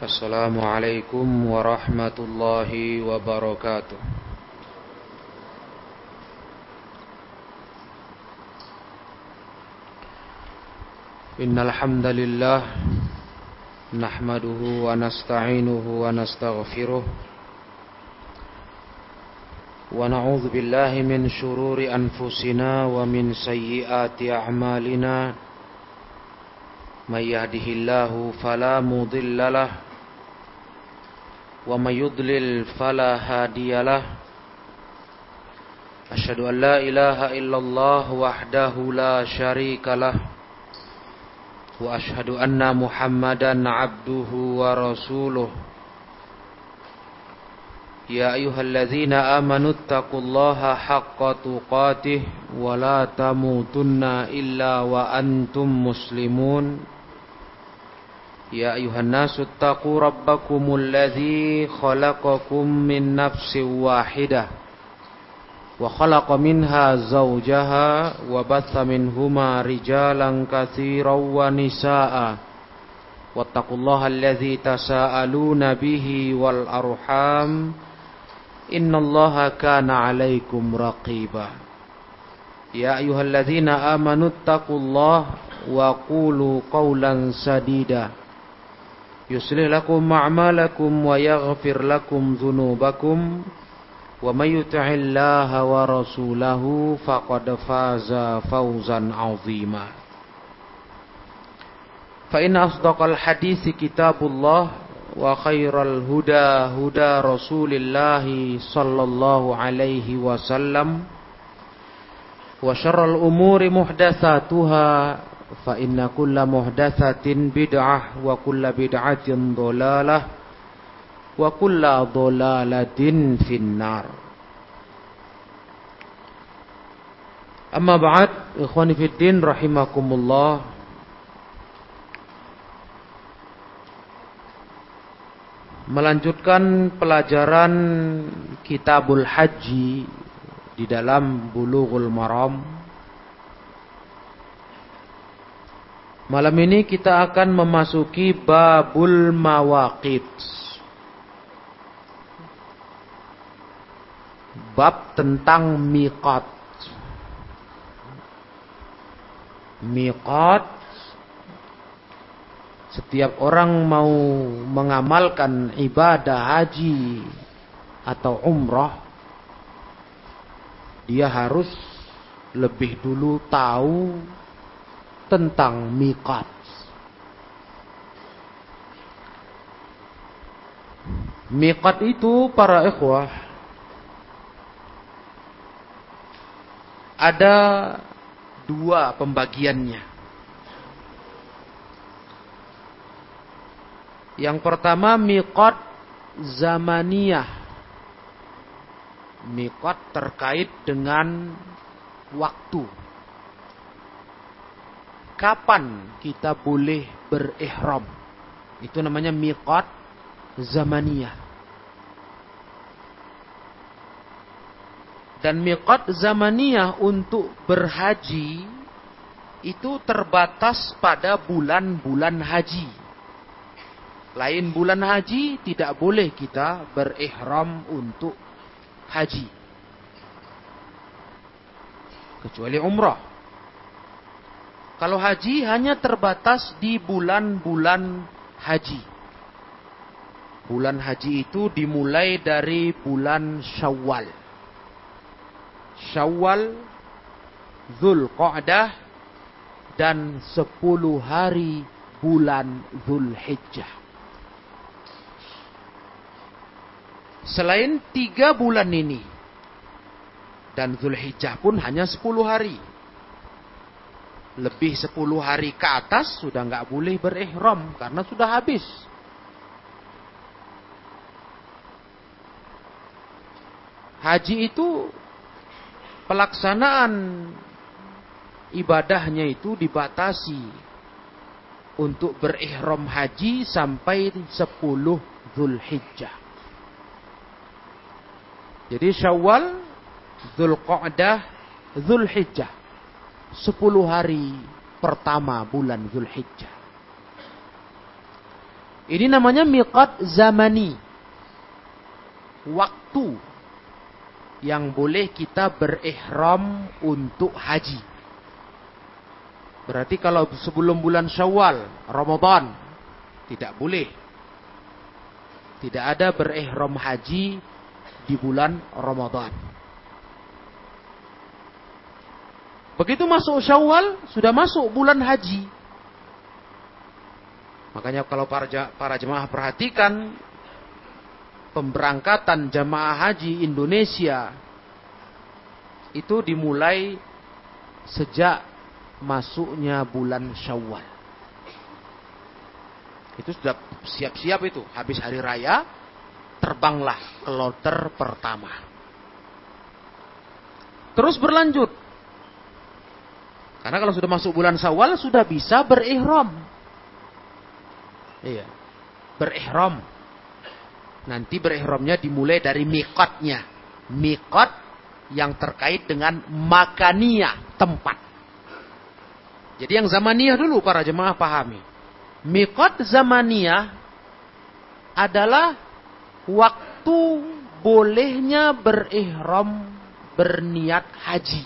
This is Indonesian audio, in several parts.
Assalamualaikum warahmatullahi wabarakatuh. Innal hamdalillah nahmaduhu wa nasta'inuhu wa nastaghfiruh wa na'udzu billahi min shururi anfusina wa min sayyiati a'malina. May yahdihillahu fala mudilla lahu wa may yudlil fala hadiyalah. Asyhadu an la ilaha illallah wahdahu la syarikalah wa asyhadu anna Muhammadan abduhu wa rasuluh. Ya ayyuhalladzina amanu taqullaha haqqa tuqatih wa la tamutunna illa wa antum muslimun. Ya ayuhan nasu taqu rabbakumul ladzi khalaqakum min nafsin wahidah wa khalaqa minha zawjaha wa batha minhuma rijalan katsiran wa nisaa wattaqullaha alladzi tasaaluna bihi wal arham innallaha kana 'alaikum raqiba. Ya ayyuhalladzina amanu taqullaha wa qulu qawlan sadida yuslih lakum a'malakum wa yaghfir lakum dhunubakum wa may yuti'illaha wa rasulahu faqad faza fawzan 'azima. Fa inna asdaqal haditsi kitabullah wa khairal huda huda Rasulillah sallallahu alaihi wasallam wa syarral umuri muhdatsatuha fa inna kulla muhdatsatin bid'ah wa kulla bid'atin dhalalah wa kulla dhalalatin finnar. Amma ba'd, ikhwani fid din rahimakumullah. Melanjutkan pelajaran Kitabul Haji di dalam Bulughul Maram. Malam ini kita akan memasuki babul mawaqit. Bab tentang miqat. Miqat, setiap orang mau mengamalkan ibadah haji atau umrah, dia harus lebih dulu tahu tentang miqat. Miqat itu para ikhwah ada dua pembagiannya. Yang pertama miqat zamaniyah. Miqat terkait dengan waktu. Kapan kita boleh berihram? Itu namanya miqat zamaniyah. Dan miqat zamaniyah untuk berhaji itu terbatas pada bulan-bulan haji. Lain bulan haji tidak boleh kita berihram untuk haji. Kecuali umrah. Kalau haji hanya terbatas di bulan-bulan haji. Bulan haji itu dimulai dari bulan Syawal. Syawal, Dzulqa'dah, dan 10 hari bulan Dzulhijjah. Selain 3 bulan ini, dan Dzulhijjah pun hanya 10 hari. Lebih 10 hari ke atas sudah nggak boleh berihram karena sudah habis. Haji itu pelaksanaan ibadahnya itu dibatasi untuk berihram haji sampai 10 Dzulhijjah. Jadi Syawal, Dzulqa'dah, Dzulhijjah. 10 hari pertama bulan Dzulhijjah. Ini namanya miqat zamani. Waktu yang boleh kita berihram untuk haji. Berarti kalau sebelum bulan Syawal, Ramadan, tidak boleh. Tidak ada berihram haji di bulan Ramadan. Begitu masuk Syawal, sudah masuk bulan haji. Makanya kalau para jemaah perhatikan, pemberangkatan jemaah haji Indonesia itu dimulai sejak masuknya bulan Syawal. Itu sudah siap-siap itu. Habis hari raya, terbanglah ke kloter pertama. Terus berlanjut. Karena kalau sudah masuk bulan Syawal, sudah bisa berihram. Iya. Berihram. Nanti berihramnya dimulai dari miqatnya. Miqat yang terkait dengan makaniyah, tempat. Jadi yang zamaniyah dulu para jemaah pahami. Miqat zamaniyah adalah waktu bolehnya berihram berniat haji.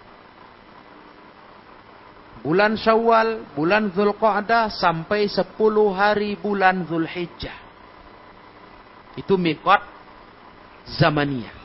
Bulan Syawal, bulan Dzulqa'dah sampai 10 hari bulan Dzulhijjah. Itu miqat zamaniyah.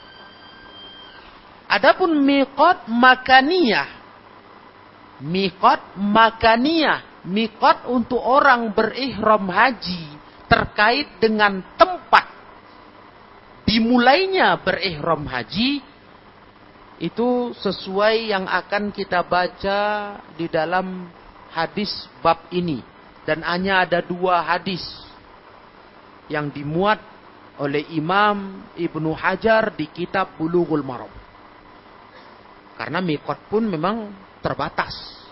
Adapun miqat makaniyah. Miqat makaniyah, miqat untuk orang berihram haji terkait dengan tempat dimulainya berihram haji, itu sesuai yang akan kita baca di dalam hadis bab ini. Dan hanya ada 2 hadis yang dimuat oleh Imam Ibnu Hajar di kitab Bulughul Maram. Karena miqat pun memang terbatas.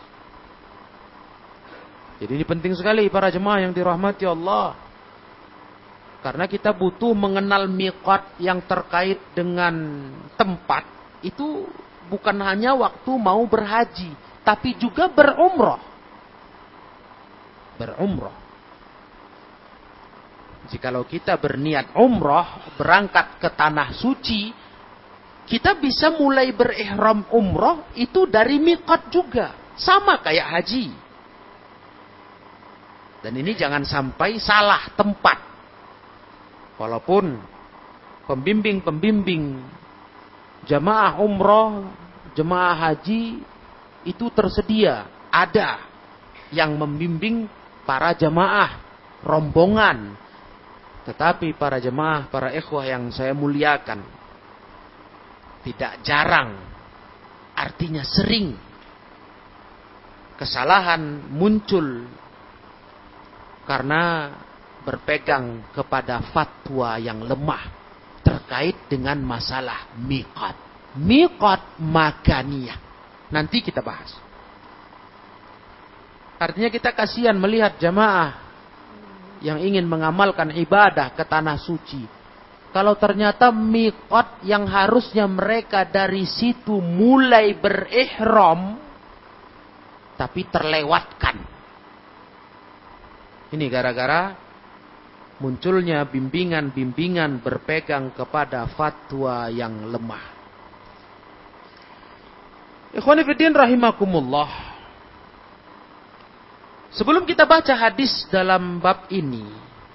Jadi ini penting sekali para jemaah yang dirahmati Allah. Karena kita butuh mengenal miqat yang terkait dengan tempat. Itu bukan hanya waktu mau berhaji, tapi juga berumrah. Berumrah. Jikalau kita berniat umrah, berangkat ke tanah suci, kita bisa mulai berihram umrah itu dari miqat juga. Sama kayak haji. Dan ini jangan sampai salah tempat. Walaupun pembimbing-pembimbing jemaah umrah, jemaah haji itu tersedia. Ada yang membimbing para jemaah rombongan. Tetapi para jemaah, para ikhwah yang saya muliakan, tidak jarang, artinya sering, kesalahan muncul karena berpegang kepada fatwa yang lemah terkait dengan masalah miqat. Miqat makaniyah. Nanti kita bahas. Artinya kita kasihan melihat jamaah yang ingin mengamalkan ibadah ke tanah suci. Kalau ternyata miqat yang harusnya mereka dari situ mulai berihram, tapi terlewatkan. Ini gara-gara munculnya bimbingan-bimbingan berpegang kepada fatwa yang lemah. Ikhwani fiddin rahimakumullah. Sebelum kita baca hadis dalam bab ini,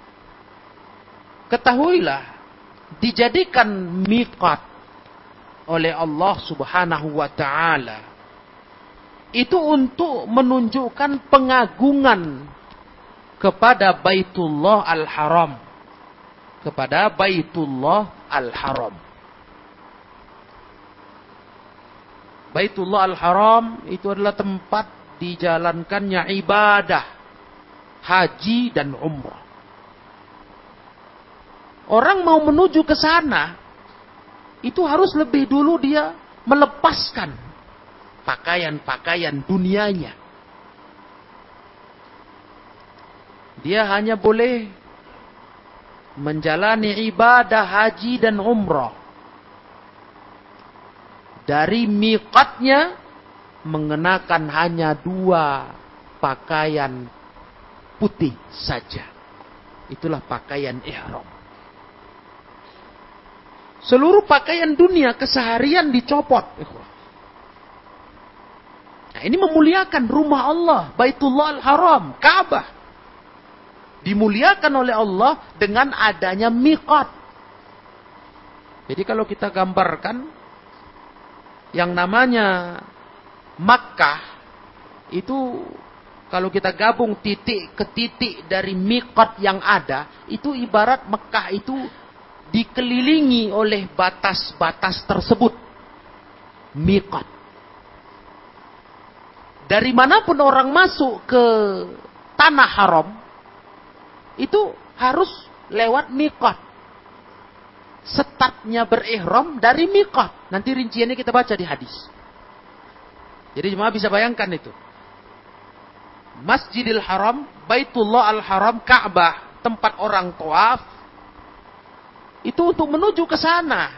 ketahuilah dijadikan miqat oleh Allah Subhanahu wa taala itu untuk menunjukkan pengagungan kepada Baitullah Al-Haram. Kepada Baitullah Al-Haram. Baitullah Al-Haram itu adalah tempat dijalankannya ibadah haji dan umrah. Orang mau menuju ke sana, itu harus lebih dulu dia melepaskan pakaian-pakaian dunianya. Dia hanya boleh menjalani ibadah haji dan umrah dari miqatnya, mengenakan hanya 2 pakaian putih saja. Itulah pakaian ihram. Seluruh pakaian dunia keseharian dicopot. Nah, ini memuliakan rumah Allah, Baitullah Al-Haram, Ka'bah. Dimuliakan oleh Allah dengan adanya miqat. Jadi kalau kita gambarkan yang namanya Makkah itu, kalau kita gabung titik ke titik dari miqat yang ada, itu ibarat Mekah itu dikelilingi oleh batas-batas tersebut. Miqat. Dari manapun orang masuk ke tanah haram, itu harus lewat miqat. Startnya berihram dari miqat. Nanti rinciannya kita baca di hadis. Jadi jemaah bisa bayangkan itu. Masjidil Haram, Baitullah Al-Haram, Ka'bah, tempat orang tawaf, itu untuk menuju ke sana.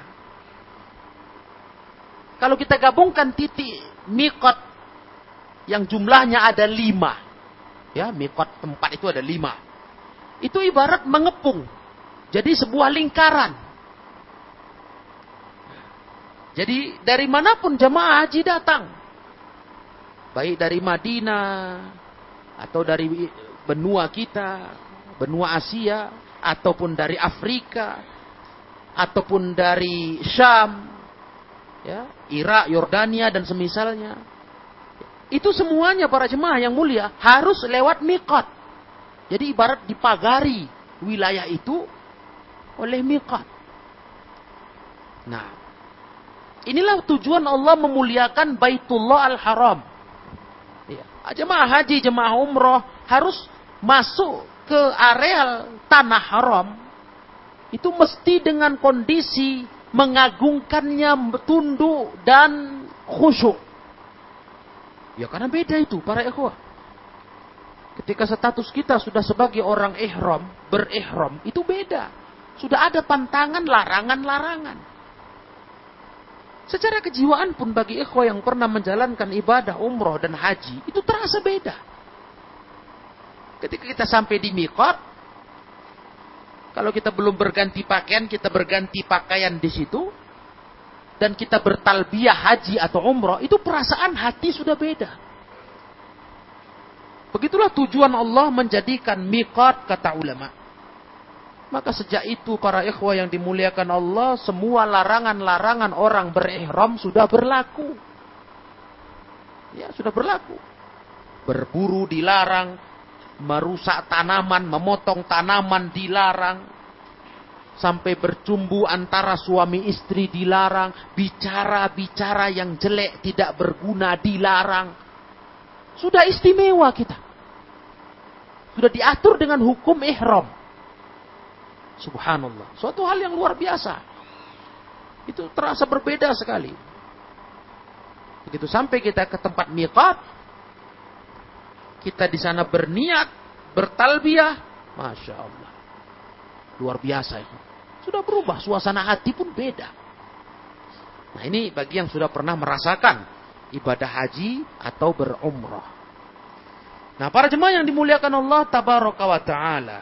Kalau kita gabungkan titik miqat yang jumlahnya ada 5. Ya, miqat tempat itu ada 5. Itu ibarat mengepung. Jadi sebuah lingkaran. Jadi dari manapun jemaah haji datang. Baik dari Madinah, atau dari benua kita, benua Asia, ataupun dari Afrika, ataupun dari Syam, ya, Irak, Yordania, dan semisalnya. Itu semuanya para jemaah yang mulia harus lewat miqat. Jadi ibarat dipagari wilayah itu oleh miqat. Nah, inilah tujuan Allah memuliakan Baitullah Al-Haram. Ya, jemaah haji, jemaah umroh harus masuk ke areal tanah haram. Itu mesti dengan kondisi mengagungkannya, tunduk dan khusyuk. Ya karena beda itu para ikhwah. Ketika status kita sudah sebagai orang ihram, berihram, itu beda. Sudah ada pantangan, larangan-larangan. Secara kejiwaan pun bagi ikhwah yang pernah menjalankan ibadah umroh dan haji, itu terasa beda. Ketika kita sampai di miqat, kalau kita belum berganti pakaian, kita berganti pakaian di situ, dan kita bertalbiyah haji atau umroh, itu perasaan hati sudah beda. Begitulah tujuan Allah menjadikan miqat, kata ulama. Maka sejak itu para ikhwah yang dimuliakan Allah, semua larangan-larangan orang berihram sudah berlaku. Ya, sudah berlaku. Berburu dilarang, merusak tanaman, memotong tanaman dilarang. Sampai bercumbu antara suami istri dilarang. Bicara-bicara yang jelek tidak berguna dilarang. Sudah istimewa kita. Sudah diatur dengan hukum ihram. Subhanallah. Suatu hal yang luar biasa. Itu terasa berbeda sekali. Begitu sampai kita ke tempat miqat. Kita di sana berniat. Bertalbiyah. Masya Allah. Luar biasa itu. Sudah berubah, suasana hati pun beda. Nah ini bagi yang sudah pernah merasakan ibadah haji atau berumrah. Nah para jemaah yang dimuliakan Allah tabaraka wa ta'ala.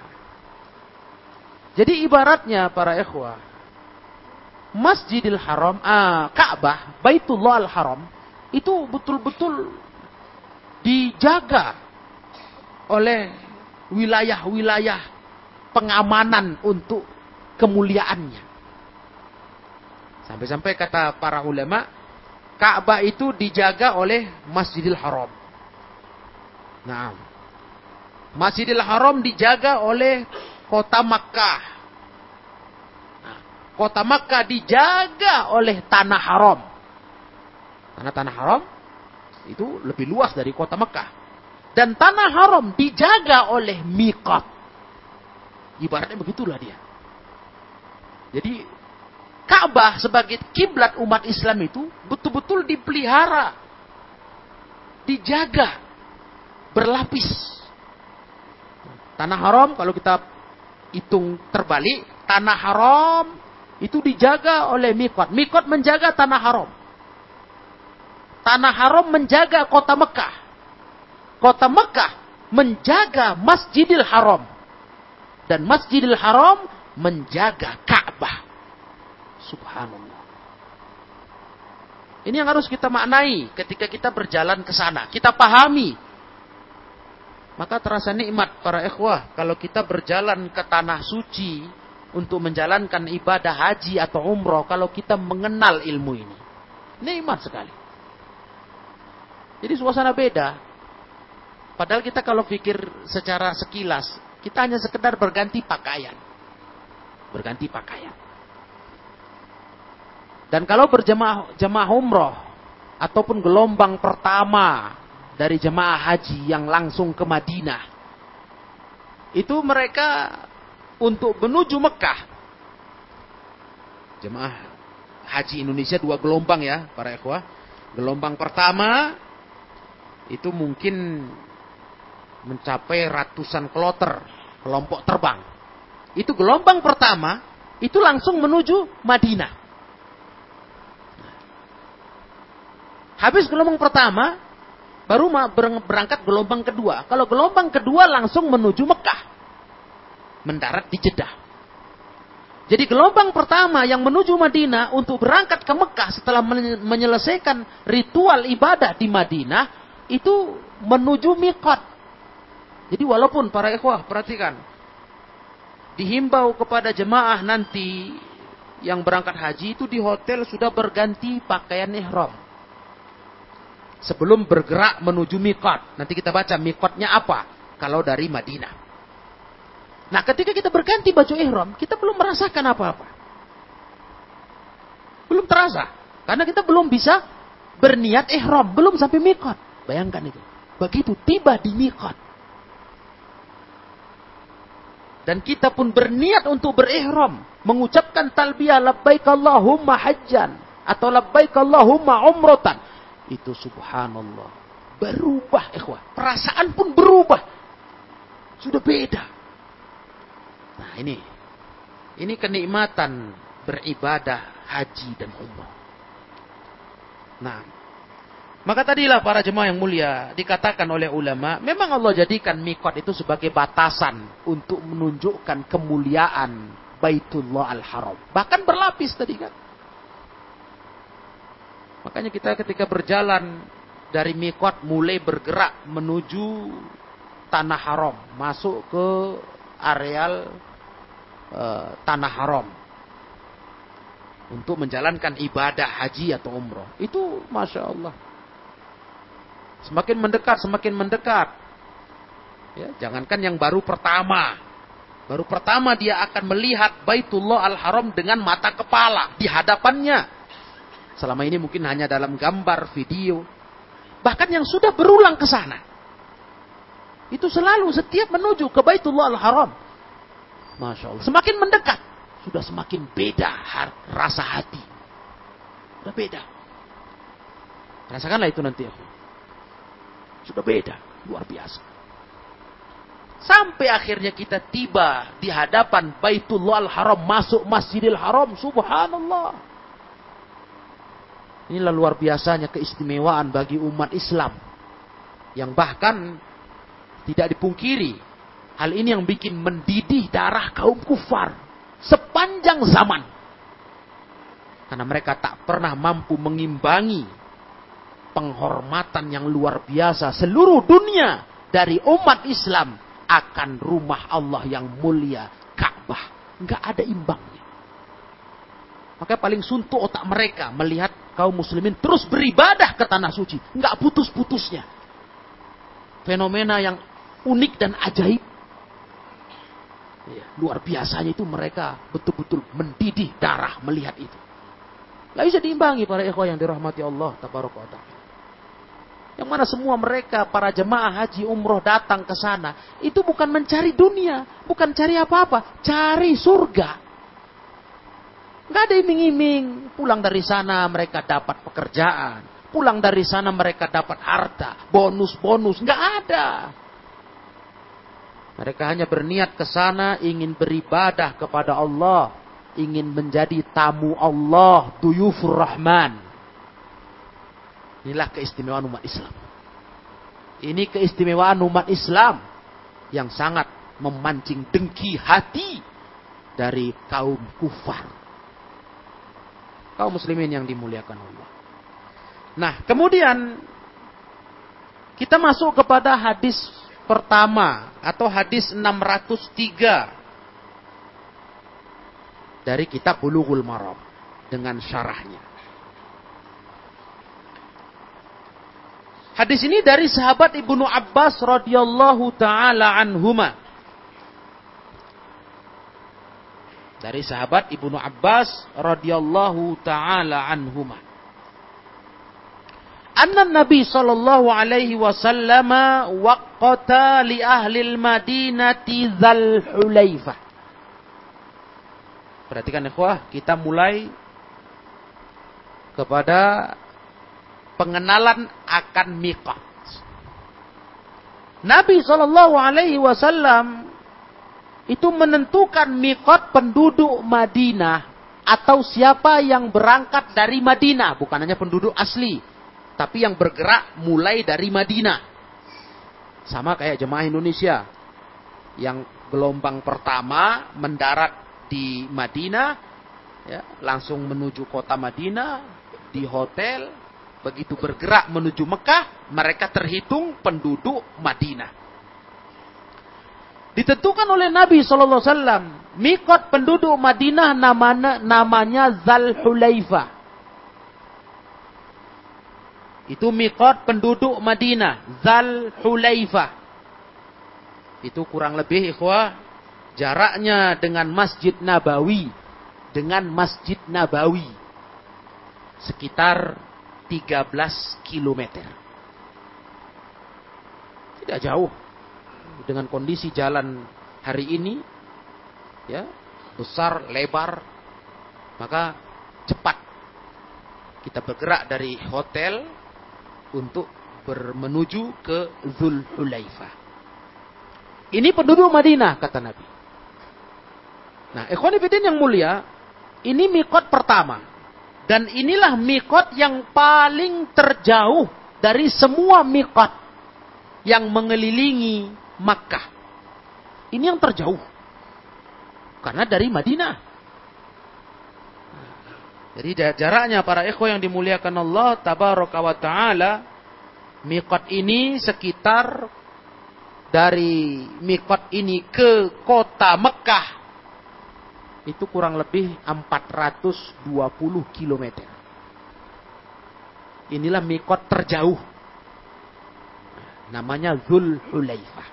Jadi ibaratnya para ikhwah, Masjidil Haram, Ka'bah, Baitullah Al-Haram, itu betul-betul dijaga oleh wilayah-wilayah pengamanan untuk kemuliaannya. Sampai-sampai kata para ulama, Ka'bah itu dijaga oleh Masjidil Haram. Nah, Masjidil Haram dijaga oleh kota Makkah. Nah, kota Makkah dijaga oleh tanah haram. Karena tanah haram itu lebih luas dari kota Makkah. Dan tanah haram dijaga oleh miqat. Ibaratnya begitulah dia. Jadi Ka'bah sebagai kiblat umat Islam itu betul-betul dipelihara, dijaga, berlapis. Tanah haram kalau kita hitung terbalik, tanah haram itu dijaga oleh miqat. Miqat menjaga tanah haram. Tanah haram menjaga kota Mekah. Kota Mekah menjaga Masjidil Haram. dan Masjidil Haram menjaga Ka'bah. Subhanallah. Ini yang harus kita maknai ketika kita berjalan ke sana. Kita pahami. Maka terasa nikmat para ikhwah kalau kita berjalan ke tanah suci untuk menjalankan ibadah haji atau umroh kalau kita mengenal ilmu ini. Nikmat sekali. Jadi suasana beda. Padahal kita kalau pikir secara sekilas, kita hanya sekedar berganti pakaian. Berganti pakaian. Dan kalau jemaah umroh ataupun gelombang pertama dari jemaah haji yang langsung ke Madinah, itu mereka untuk menuju Mekah. Jemaah haji Indonesia 2 gelombang ya para ikhwah. Gelombang pertama itu mungkin mencapai ratusan kloter kelompok terbang. Itu gelombang pertama itu langsung menuju Madinah. Habis gelombang pertama, baru berangkat gelombang kedua. Kalau gelombang kedua langsung menuju Mekah. Mendarat di Jeddah. Jadi gelombang pertama yang menuju Madinah untuk berangkat ke Mekah setelah menyelesaikan ritual ibadah di Madinah, itu menuju miqat. Jadi walaupun para ikhwah, perhatikan. Dihimbau kepada jemaah nanti yang berangkat haji itu di hotel sudah berganti pakaian ihram. Sebelum bergerak menuju miqat. Nanti kita baca miqatnya apa. Kalau dari Madinah. Nah ketika kita berganti baju ihram. Kita belum merasakan apa-apa. Belum terasa. Karena kita belum bisa berniat ihram. Belum sampai miqat. Bayangkan itu. Begitu tiba di miqat. Dan kita pun berniat untuk berihram. Mengucapkan talbiyah labbaik Allahumma hajjan. Atau labbaik Allahumma umratan. Itu subhanallah. Berubah ikhwah. Perasaan pun berubah. Sudah beda. Nah ini. Ini kenikmatan beribadah haji dan umrah. Nah. Maka tadilah para jemaah yang mulia. Dikatakan oleh ulama. Memang Allah jadikan miqat itu sebagai batasan. Untuk menunjukkan kemuliaan Baitullah Al-Haram. Bahkan berlapis tadi kan. Makanya kita ketika berjalan dari miqat mulai bergerak menuju tanah haram, masuk ke areal tanah haram untuk menjalankan ibadah haji atau umroh. Itu masya Allah. Semakin mendekat. Ya, jangankan yang baru pertama dia akan melihat Baitullah Al-Haram dengan mata kepala di hadapannya. Selama ini mungkin hanya dalam gambar, video. Bahkan yang sudah berulang ke sana. Itu selalu setiap menuju ke Baitullah Al-Haram. Masya Allah. Semakin mendekat. Sudah semakin beda rasa hati. Sudah beda. Rasakanlah itu nanti. Sudah beda. Luar biasa. Sampai akhirnya kita tiba di hadapan Baitullah Al-Haram. Masuk Masjidil Haram. Subhanallah. Inilah luar biasanya keistimewaan bagi umat Islam. Yang bahkan tidak dipungkiri. Hal ini yang bikin mendidih darah kaum kufar. Sepanjang zaman. Karena mereka tak pernah mampu mengimbangi penghormatan yang luar biasa seluruh dunia dari umat Islam akan rumah Allah yang mulia, Ka'bah. Nggak ada imbangnya. Maka paling suntuk otak mereka melihat kaum muslimin terus beribadah ke tanah suci. Nggak putus-putusnya. Fenomena yang unik dan ajaib. Ya, luar biasanya itu mereka betul-betul mendidih darah melihat itu. Nggak bisa diimbangi para ikhwah yang dirahmati Allah tabaraka wa ta'ala. Yang mana semua mereka para jemaah haji umroh datang ke sana. Itu bukan mencari dunia. Bukan cari apa-apa. Cari surga. Nggak ada iming-iming. Pulang dari sana mereka dapat pekerjaan. Pulang dari sana mereka dapat harta. Bonus-bonus. Nggak ada. Mereka hanya berniat ke sana ingin beribadah kepada Allah. Ingin menjadi tamu Allah. Duyufur Rahman. Inilah keistimewaan umat Islam. Ini keistimewaan umat Islam. Yang sangat memancing dengki hati dari kaum kufar. Kaum muslimin yang dimuliakan Allah. Nah, kemudian kita masuk kepada hadis pertama atau hadis 603 dari kitab Bulughul Maram dengan syarahnya. Hadis ini dari sahabat Ibnu Abbas radhiyallahu taala anhuma. Dari sahabat Ibnu Abbas radhiyallahu taala anhuma. Anna Nabi sallallahu alaihi wasallam waqata li ahli al-Madinati Dzul Hulaifah. Perhatikan ikhwah, kita mulai kepada pengenalan akan miqat. Nabi sallallahu alaihi wasallam itu menentukan miqat penduduk Madinah atau siapa yang berangkat dari Madinah, bukan hanya penduduk asli, tapi yang bergerak mulai dari Madinah. Sama kayak jemaah Indonesia yang gelombang pertama mendarat di Madinah, ya, langsung menuju kota Madinah, di hotel, begitu bergerak menuju Mekah, mereka terhitung penduduk Madinah. Ditentukan oleh Nabi SAW, miqat penduduk Madinah namanya Dzul Hulaifah. Itu miqat penduduk Madinah, Dzul Hulaifah. Itu kurang lebih ikhwah, jaraknya dengan Masjid Nabawi, sekitar 13 kilometer. Tidak jauh. Dengan kondisi jalan hari ini, ya, besar, lebar, maka cepat kita bergerak dari hotel untuk menuju ke Dzul Hulaifah. Ini penduduk Madinah, kata Nabi. Nah, ikhwan fillah yang mulia, ini miqat pertama. Dan inilah miqat yang paling terjauh dari semua miqat yang mengelilingi Makkah. Ini yang terjauh. Karena dari Madinah. Jadi jaraknya para ikhwan yang dimuliakan Allah tabaraka wa ta'ala, miqat ini sekitar dari miqat ini ke kota Mekah itu kurang lebih 420 km. Inilah miqat terjauh. Namanya Dzul Hulaifah.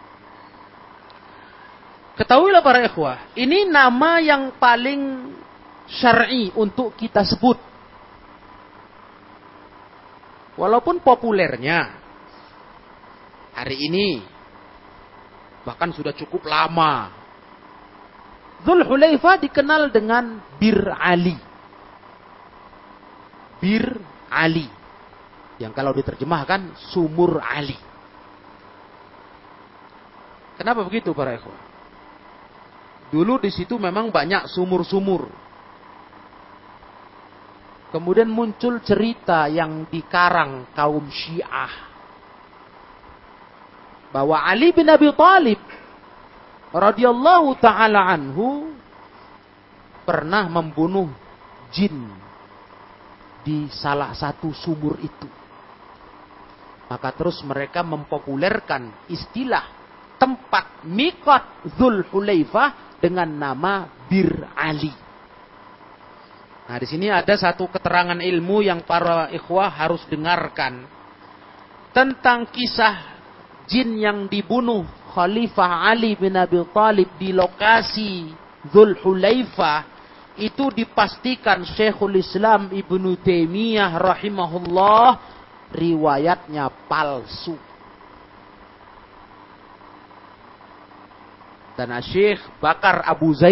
Ketahuilah para ikhwah, ini nama yang paling syar'i untuk kita sebut. Walaupun populernya hari ini bahkan sudah cukup lama. Dzul Hulaifah dikenal dengan Bir Ali. Bir Ali. Yang kalau diterjemahkan Sumur Ali. Kenapa begitu para ikhwah? Dulu di situ memang banyak sumur-sumur. Kemudian muncul cerita yang dikarang kaum Syiah. Bahwa Ali bin Abi Thalib radhiyallahu ta'ala anhu pernah membunuh jin di salah satu sumur itu. Maka terus mereka mempopulerkan istilah tempat miqat Dzul Hulaifah dengan nama Bir Ali. Nah, di sini ada satu keterangan ilmu yang para ikhwah harus dengarkan tentang kisah jin yang dibunuh Khalifah Ali bin Abi Thalib di lokasi Dzul Hulaifah. Itu dipastikan Syekhul Islam Ibnu Taimiyah rahimahullah riwayatnya palsu. Dan Syekh Bakar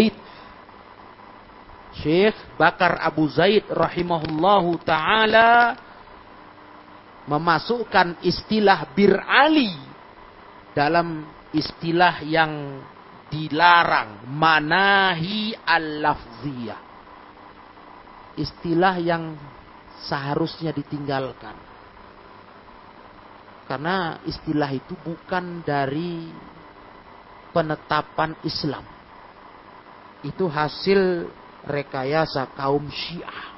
Abu Zaid rahimahullahu ta'ala memasukkan istilah Bir Ali dalam istilah yang dilarang, manahi al-lafziyah. Istilah yang seharusnya ditinggalkan. Karena istilah itu bukan dari penetapan Islam. Itu hasil rekayasa kaum Syiah.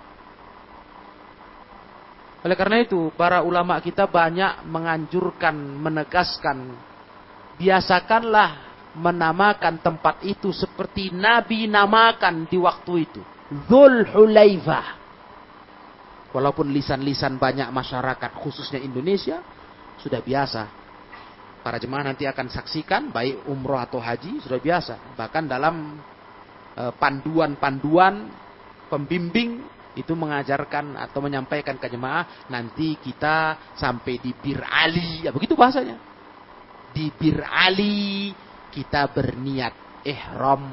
Oleh karena itu, para ulama kita banyak menganjurkan, menegaskan, biasakanlah menamakan tempat itu seperti Nabi namakan di waktu itu, Dzul Hulaifah. Walaupun lisan-lisan banyak masyarakat, khususnya Indonesia, sudah biasa. Para jemaah nanti akan saksikan, baik umroh atau haji, sudah biasa. Bahkan dalam panduan-panduan pembimbing, itu mengajarkan atau menyampaikan ke jemaah, nanti kita sampai di Bir Ali, ya begitu bahasanya. Di Bir Ali kita berniat ihram.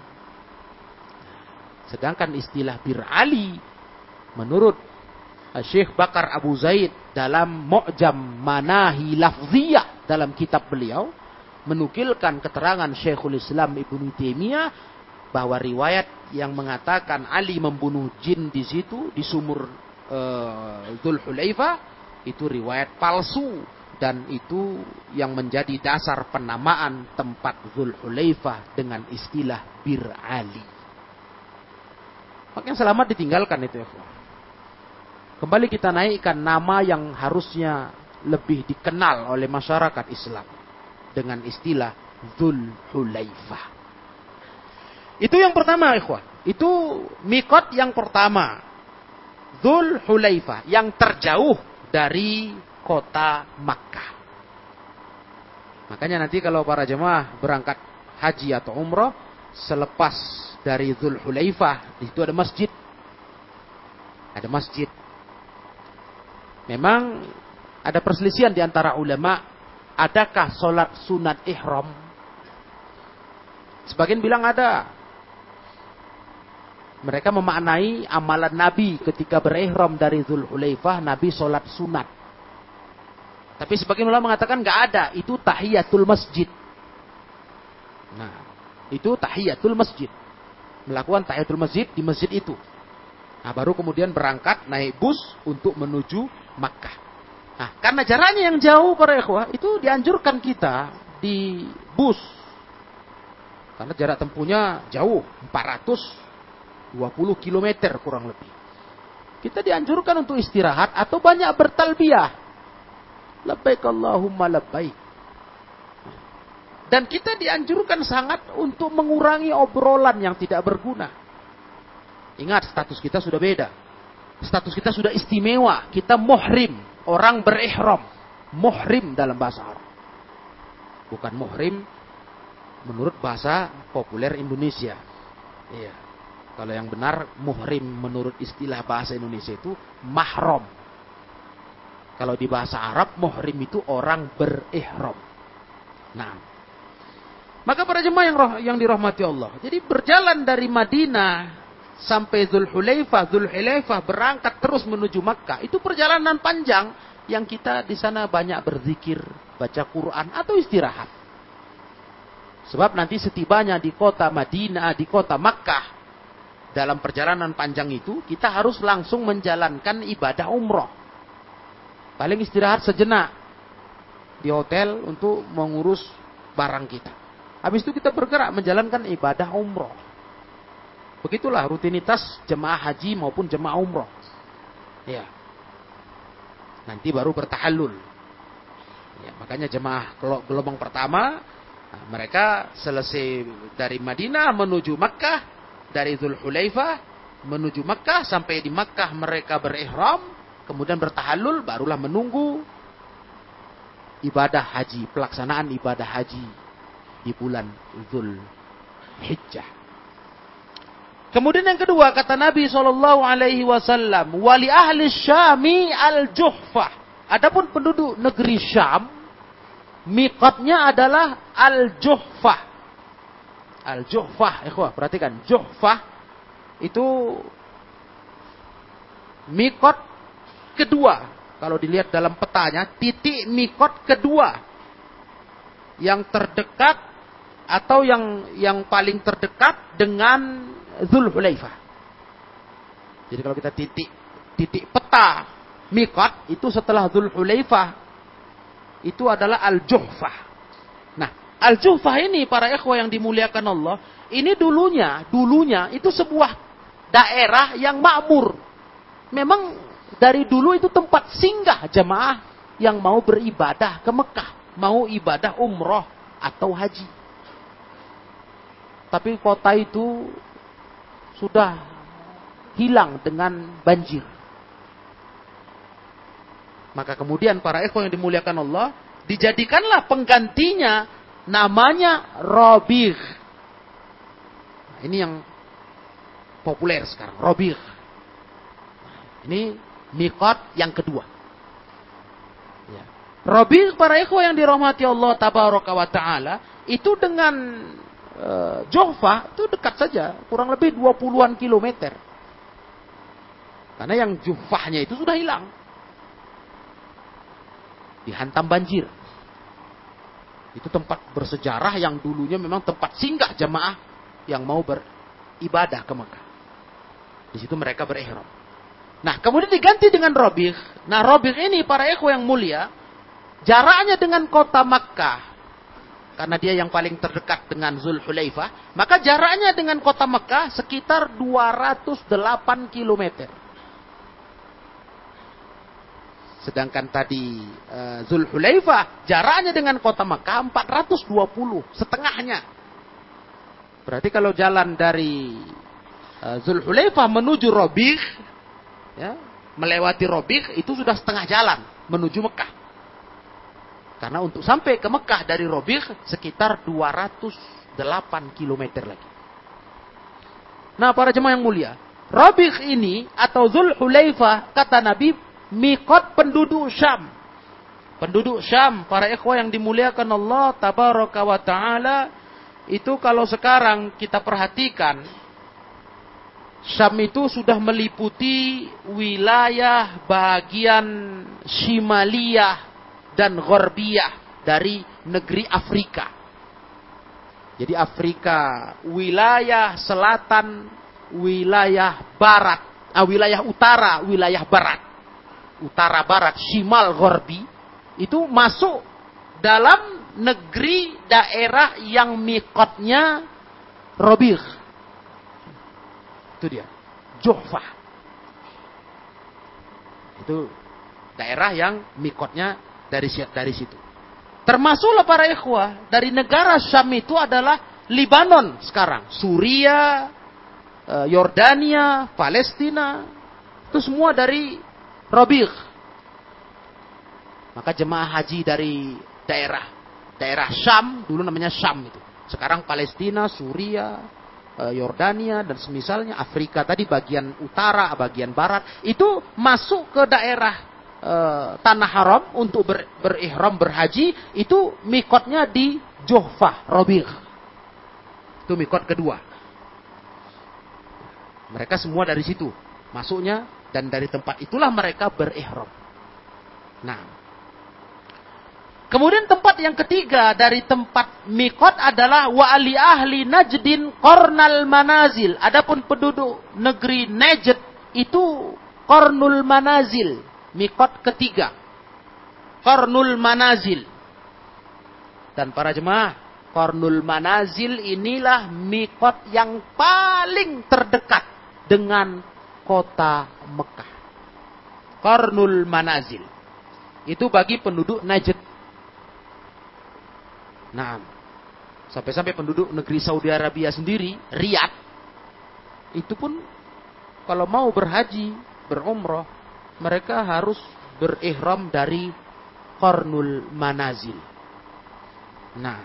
Sedangkan istilah Bir Ali menurut Syekh Bakar Abu Zaid dalam Mu'jam Manahi Lafziyah dalam kitab beliau menukilkan keterangan Syekhul Islam Ibnu Taimiyah bahwa riwayat yang mengatakan Ali membunuh jin di situ di sumur Dzul Hulaifah itu riwayat palsu, dan itu yang menjadi dasar penamaan tempat Dzul Hulaifah dengan istilah Bir Ali. Makanya selamat ditinggalkan itu ya. Kembali kita naikkan nama yang harusnya lebih dikenal oleh masyarakat Islam dengan istilah Dzul Hulaifah. Itu yang pertama, ikhwan. Itu mikot yang pertama. Dzul Hulaifah, yang terjauh dari kota Makkah. Makanya nanti kalau para jemaah berangkat haji atau umrah, selepas dari Dzul Hulaifah, di situ ada masjid. Ada masjid. Memang ada perselisihan di antara ulama, adakah sholat sunat ihram? Sebagian bilang ada. Mereka memaknai amalan Nabi ketika berihram dari Dzul Hulaifah, Nabi sholat sunat. Tapi sebagian ulama mengatakan nggak ada, itu tahiyatul masjid. Nah, itu tahiyatul masjid. Melakukan tahiyatul masjid di masjid itu. Nah, baru kemudian berangkat naik bus untuk menuju Makkah. Nah, karena jaraknya yang jauh para ikhwah, itu dianjurkan kita di bus. Karena jarak tempuhnya jauh, 420 km kurang lebih. Kita dianjurkan untuk istirahat atau banyak bertalbiyah. Labbaik Allahumma labbaik. Dan kita dianjurkan sangat untuk mengurangi obrolan yang tidak berguna. Ingat, status kita sudah beda. Status kita sudah istimewa. Kita muhrim, orang berihram. Muhrim dalam bahasa Arab. Bukan muhrim menurut bahasa populer Indonesia. Iya. Kalau yang benar, muhrim menurut istilah bahasa Indonesia itu mahram. Kalau di bahasa Arab, muhrim itu orang berihram. Nah, maka para jemaah yang dirahmati Allah. Jadi berjalan dari Madinah sampai Dzul Hulaifah berangkat terus menuju Makkah. Itu perjalanan panjang yang kita di sana banyak berzikir, baca Quran atau istirahat. Sebab nanti setibanya di kota Madinah, di kota Makkah, dalam perjalanan panjang itu, kita harus langsung menjalankan ibadah umroh. Paling istirahat sejenak di hotel untuk mengurus barang kita. Habis itu kita bergerak menjalankan ibadah umroh. Begitulah rutinitas jemaah haji maupun jemaah umroh. Ya. Nanti baru bertahallul. Ya, makanya jemaah gelombang pertama, mereka selesai dari Madinah menuju Makkah. Dari Dzul Hulaifah menuju Makkah, sampai di Makkah mereka berihram, kemudian bertahallul, barulah menunggu ibadah haji, pelaksanaan ibadah haji di bulan Dzul Hijjah. Kemudian yang kedua kata Nabi SAW, wali ahli Syami al-Juhfah. Adapun penduduk negeri Syam, miqatnya adalah al-Juhfah. Al-Juhfah, ikhwah, perhatikan. Juhfah itu mikot kedua. Kalau dilihat dalam petanya, titik mikot kedua yang terdekat atau yang paling terdekat dengan Dzul Hulaifah. Jadi kalau kita titik peta mikot itu setelah Dzul Hulaifah itu adalah Al-Juhfah. Nah, Al-Juhfah ini para ikhwah yang dimuliakan Allah, ini dulunya itu sebuah daerah yang makmur. Memang dari dulu itu tempat singgah jemaah yang mau beribadah ke Mekah, mau ibadah umroh atau haji. Tapi kota itu sudah hilang dengan banjir. Maka kemudian para ikhwan yang dimuliakan Allah, dijadikanlah penggantinya namanya Rabigh. Nah, ini yang populer sekarang, Rabigh. Ini miqat yang kedua. Ya. Rabigh para ikhwan yang dirahmati Allah tabaraka wa taala, itu dengan Juhfah itu dekat saja, kurang lebih 20-an kilometer. Karena yang Juhfahnya itu sudah hilang. Dihantam banjir. Itu tempat bersejarah yang dulunya memang tempat singgah jemaah yang mau beribadah ke Mekah. Di situ mereka berihram. Nah, kemudian diganti dengan Rabigh. Nah, Rabigh ini para ikhwah yang mulia, jaraknya dengan kota Makkah, karena dia yang paling terdekat dengan Zulhulaifah, maka jaraknya dengan kota Mekah sekitar 208 km. Sedangkan tadi Zulhulaifah jaraknya dengan kota Mekah 420, setengahnya. Berarti kalau jalan dari Zulhulaifah menuju Rabigh, ya, melewati Rabigh itu sudah setengah jalan menuju Mekah. Karena untuk sampai ke Mekah dari Rabigh sekitar 208 km lagi. Nah, para jemaah yang mulia, Rabigh ini atau Zulhulaifah kata Nabi miqat penduduk Syam. Penduduk Syam, para ikhwah yang dimuliakan Allah tabaraka wa taala, itu kalau sekarang kita perhatikan, Syam itu sudah meliputi wilayah bagian Shimaliyah dan Gharbiyah dari negeri Afrika. Jadi Afrika, wilayah selatan, wilayah barat, wilayah utara, wilayah barat. Utara barat, Shimal Gharbi, itu masuk dalam negeri daerah yang miqatnya Rabigh. Itu dia, Juhfah. Itu daerah yang miqatnya dari situ. Termasuklah para ikhwah, dari negara Syam itu adalah Libanon sekarang, Suria, Yordania, Palestina, itu semua dari Rabigh. Maka jemaah haji dari daerah Syam, dulu namanya Syam itu. Sekarang Palestina, Suria, Yordania dan semisalnya, Afrika tadi bagian utara, bagian barat, itu masuk ke daerah tanah haram untuk berihram berhaji, itu mikotnya di Juhfah, Rabigh. Itu mikot kedua. Mereka semua dari situ masuknya, dan dari tempat itulah mereka berihram. Nah, kemudian tempat yang ketiga dari tempat mikot adalah wa ali ahli Najdin qarnal manazil. Adapun penduduk negeri Najd itu qarnul manazil, mikot ketiga, qarnul manazil. Dan para jemaah, qarnul manazil inilah mikot yang paling terdekat dengan kota Mekah. Qarnul manazil itu bagi penduduk Najd. Nah, sampai-sampai penduduk negeri Saudi Arabia sendiri, Riyadh, itu pun kalau mau berhaji, berumrah, mereka harus berihram dari Qarnul manazil. Nah,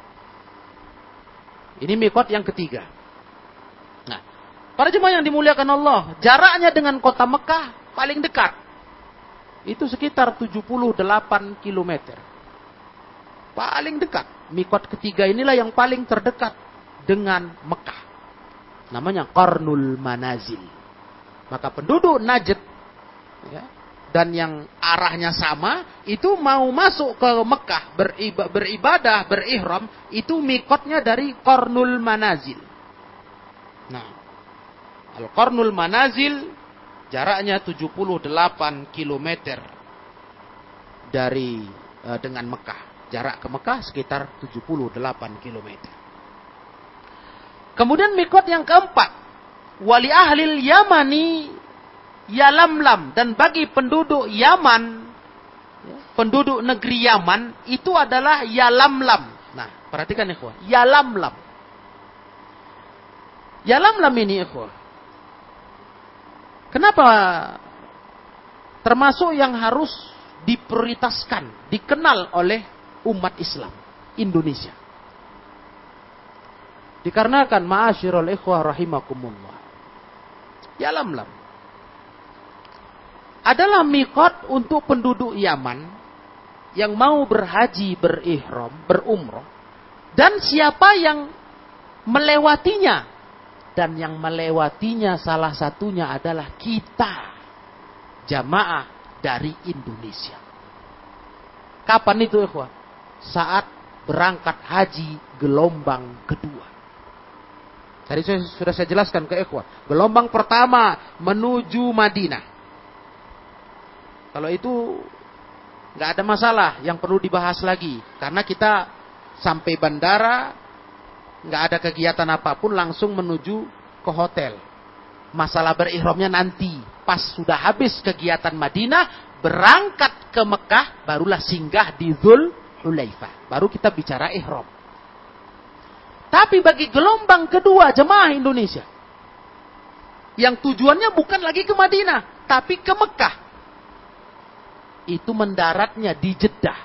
ini mikot yang ketiga. Nah, para jemaah yang dimuliakan Allah, jaraknya dengan kota Mekah paling dekat. Itu sekitar 78 km. Paling dekat. Mikot ketiga inilah yang paling terdekat dengan Mekah. Namanya Qarnul manazil. Maka penduduk Najd, ya, dan yang arahnya sama, itu mau masuk ke Mekah beribadah, berihram, itu mikotnya dari Qarnul manazil. Nah, Al-Qarnul manazil jaraknya 78 km dari dengan Mekah. Jarak ke Mekah sekitar 78 km. Kemudian mikot yang keempat, wali ahlil Yamani Yalamlam, dan bagi penduduk Yaman, penduduk negeri Yaman itu adalah Yalamlam. Nah, perhatikan ikhwah, Yalamlam. Yalamlam ini ikhwah, kenapa termasuk yang harus diprioritaskan, dikenal oleh umat Islam Indonesia? Dikarenakan ma'asyiral ikhwah rahimakumullah, Yalamlam adalah mikot untuk penduduk Yaman yang mau berhaji, berihram, berumrah, dan siapa yang melewatinya. Dan yang melewatinya salah satunya adalah kita, jamaah dari Indonesia. Kapan itu ikhwah? Saat berangkat haji gelombang kedua. Tadi sudah saya jelaskan ke ikhwah. Gelombang pertama menuju Madinah. Kalau itu nggak ada masalah yang perlu dibahas lagi, karena kita sampai bandara nggak ada kegiatan apapun, langsung menuju ke hotel. Masalah berihramnya nanti pas sudah habis kegiatan Madinah, berangkat ke Mekah, barulah singgah di Dzul Hulaifah, baru kita bicara ihram. Tapi bagi gelombang kedua jemaah Indonesia yang tujuannya bukan lagi ke Madinah tapi ke Mekah, itu mendaratnya di Jeddah.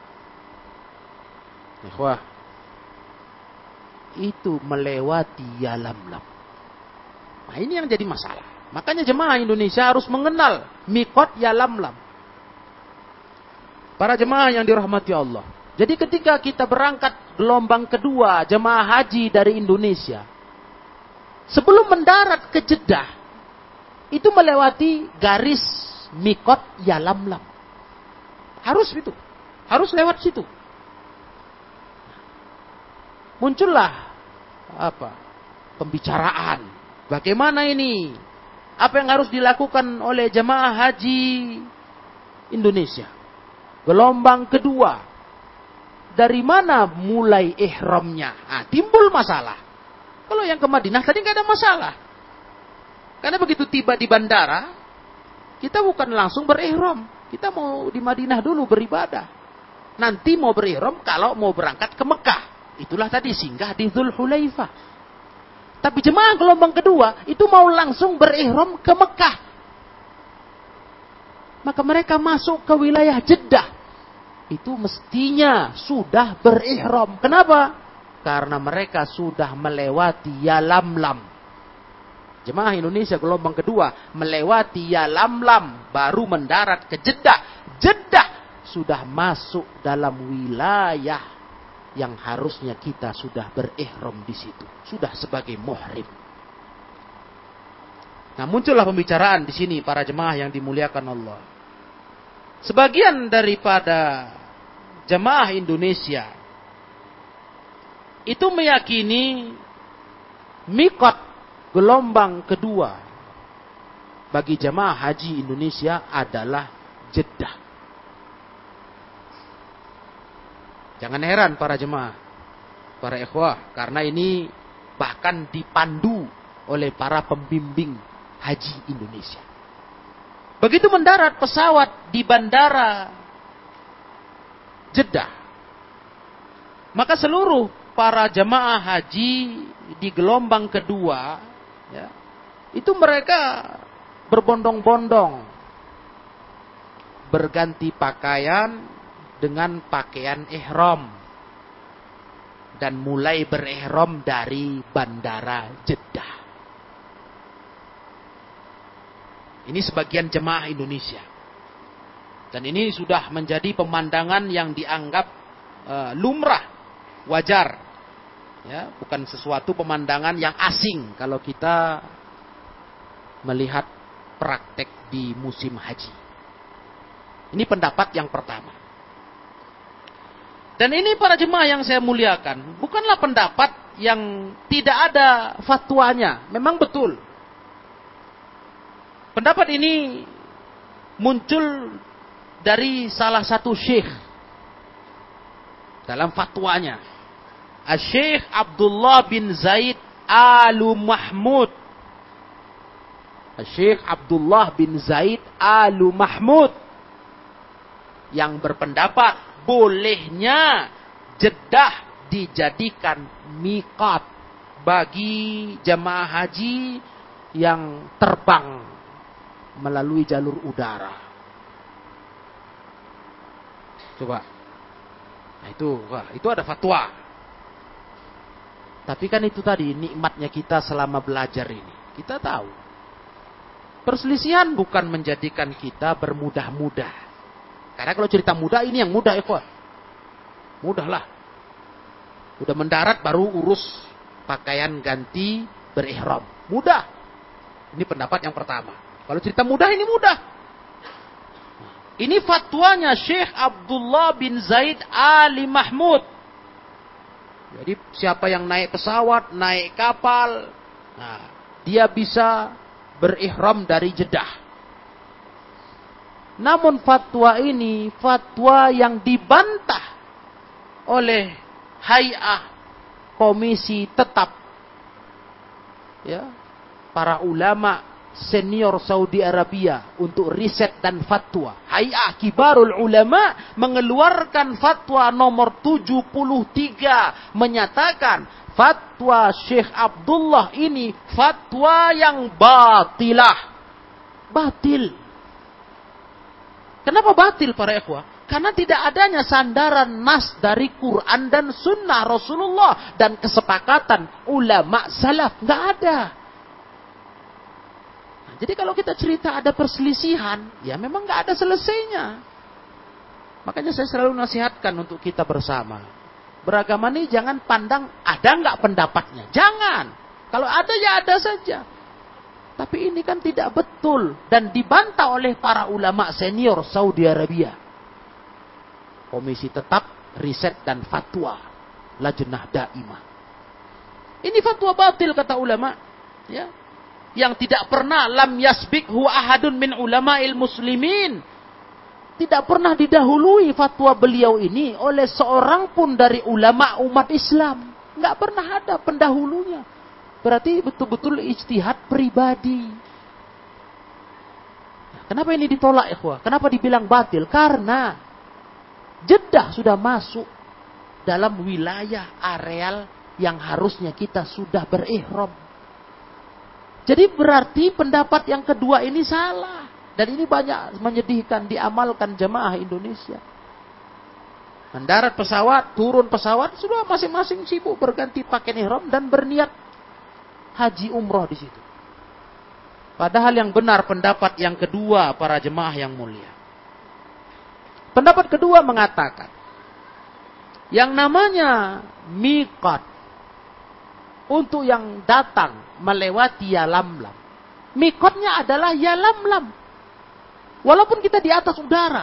Ikhwah, itu melewati Yalamlam. Nah, ini yang jadi masalah. Makanya jemaah Indonesia harus mengenal mikot Yalamlam. Para jemaah yang dirahmati Allah. Jadi ketika kita berangkat gelombang kedua jemaah haji dari Indonesia, sebelum mendarat ke Jeddah, itu melewati garis mikot Yalamlam. Harus itu. Harus lewat situ. Muncullah pembicaraan. Bagaimana ini? Apa yang harus dilakukan oleh jemaah haji Indonesia? Gelombang kedua. Dari mana mulai ihramnya? Nah, timbul masalah. Kalau yang ke Madinah tadi nggak ada masalah. Karena begitu tiba di bandara, kita bukan langsung berihram. Kita mau di Madinah dulu beribadah. Nanti mau berihram kalau mau berangkat ke Mekah. Itulah tadi singgah di Dzul Hulaifah. Tapi jemaah gelombang kedua itu mau langsung berihram ke Mekah. Maka mereka masuk ke wilayah Jeddah. Itu mestinya sudah berihram. Kenapa? Karena mereka sudah melewati Yalamlam. Jemaah Indonesia gelombang kedua melewati Yalamlam, baru mendarat ke Jeddah. Jeddah sudah masuk dalam wilayah yang harusnya kita sudah berihram di situ, sudah sebagai muhrim. Nah, muncullah pembicaraan di sini para jemaah yang dimuliakan Allah. Sebagian daripada jemaah Indonesia itu meyakini mikot gelombang kedua bagi jemaah haji Indonesia adalah Jeddah. Jangan heran para jemaah, para ikhwah, karena ini bahkan dipandu oleh para pembimbing haji Indonesia. Begitu mendarat pesawat di bandara Jeddah, maka seluruh para jemaah haji di gelombang kedua, ya, itu mereka berbondong-bondong berganti pakaian dengan pakaian ihram dan mulai berihram dari bandara Jeddah. Ini sebagian jemaah Indonesia. Dan ini sudah menjadi pemandangan yang dianggap lumrah, wajar. Ya, bukan sesuatu pemandangan yang asing kalau kita melihat praktek di musim haji. Ini pendapat yang pertama. Dan ini para jemaah yang saya muliakan, bukanlah pendapat yang tidak ada fatwanya. Memang betul. Pendapat ini muncul dari salah satu syekh dalam fatwanya, Syekh Abdullah bin Zaid Alu Mahmud. Syekh Abdullah bin Zaid Alu Mahmud yang berpendapat bolehnya Jeddah dijadikan miqat bagi jemaah haji yang terbang melalui jalur udara. Coba. Nah itu ada fatwa. Tapi kan itu tadi nikmatnya kita selama belajar ini. Kita tahu. Perselisihan bukan menjadikan kita bermudah-mudah. Karena kalau cerita mudah ini yang mudah, ikhwan. Mudahlah. Udah mendarat baru urus pakaian ganti berihram. Mudah. Ini pendapat yang pertama. Kalau cerita mudah ini mudah. Ini fatwanya Syekh Abdullah bin Zaid Ali Mahmud. Jadi siapa yang naik pesawat, naik kapal, nah, dia bisa berihram dari Jeddah. Namun fatwa ini fatwa yang dibantah oleh Hay'ah Komisi Tetap, ya, para ulama senior Saudi Arabia untuk riset dan fatwa. Hay'ah Kibarul Ulama mengeluarkan fatwa nomor 73 menyatakan fatwa Syekh Abdullah ini fatwa yang batilah. Batil. Kenapa batil para ikhwah? Karena tidak adanya sandaran nas dari Quran dan sunnah Rasulullah dan kesepakatan ulama salaf. Nggak ada. Nah, jadi kalau kita cerita ada perselisihan, ya memang nggak ada selesainya. Makanya saya selalu nasihatkan untuk kita bersama. Beragama ini jangan pandang ada nggak pendapatnya. Jangan. Kalau ada ya ada saja. Tapi ini kan tidak betul. Dan dibantah oleh para ulama senior Saudi Arabia. Komisi Tetap, Riset dan Fatwa. Lajnah Daimah. Ini fatwa batil kata ulama. Ya. Yang tidak pernah lam yasbikhu ahadun min ulama'il muslimin. Tidak pernah didahului fatwa beliau ini oleh seorang pun dari ulama umat Islam. Nggak pernah ada pendahulunya. Berarti betul-betul ijtihad pribadi. Kenapa ini ditolak, ikhwah? Kenapa dibilang batil? Karena Jeddah sudah masuk dalam wilayah areal yang harusnya kita sudah berihram. Jadi berarti pendapat yang kedua ini salah. Dan ini banyak menyedihkan diamalkan jemaah Indonesia. Mendarat pesawat, turun pesawat, sudah masing-masing sibuk berganti pakaian ihram dan berniat haji umroh di situ. Padahal yang benar pendapat yang kedua para jemaah yang mulia. Pendapat kedua mengatakan yang namanya miqat untuk yang datang melewati Yalamlam. Miqatnya adalah Yalamlam. Walaupun kita di atas udara.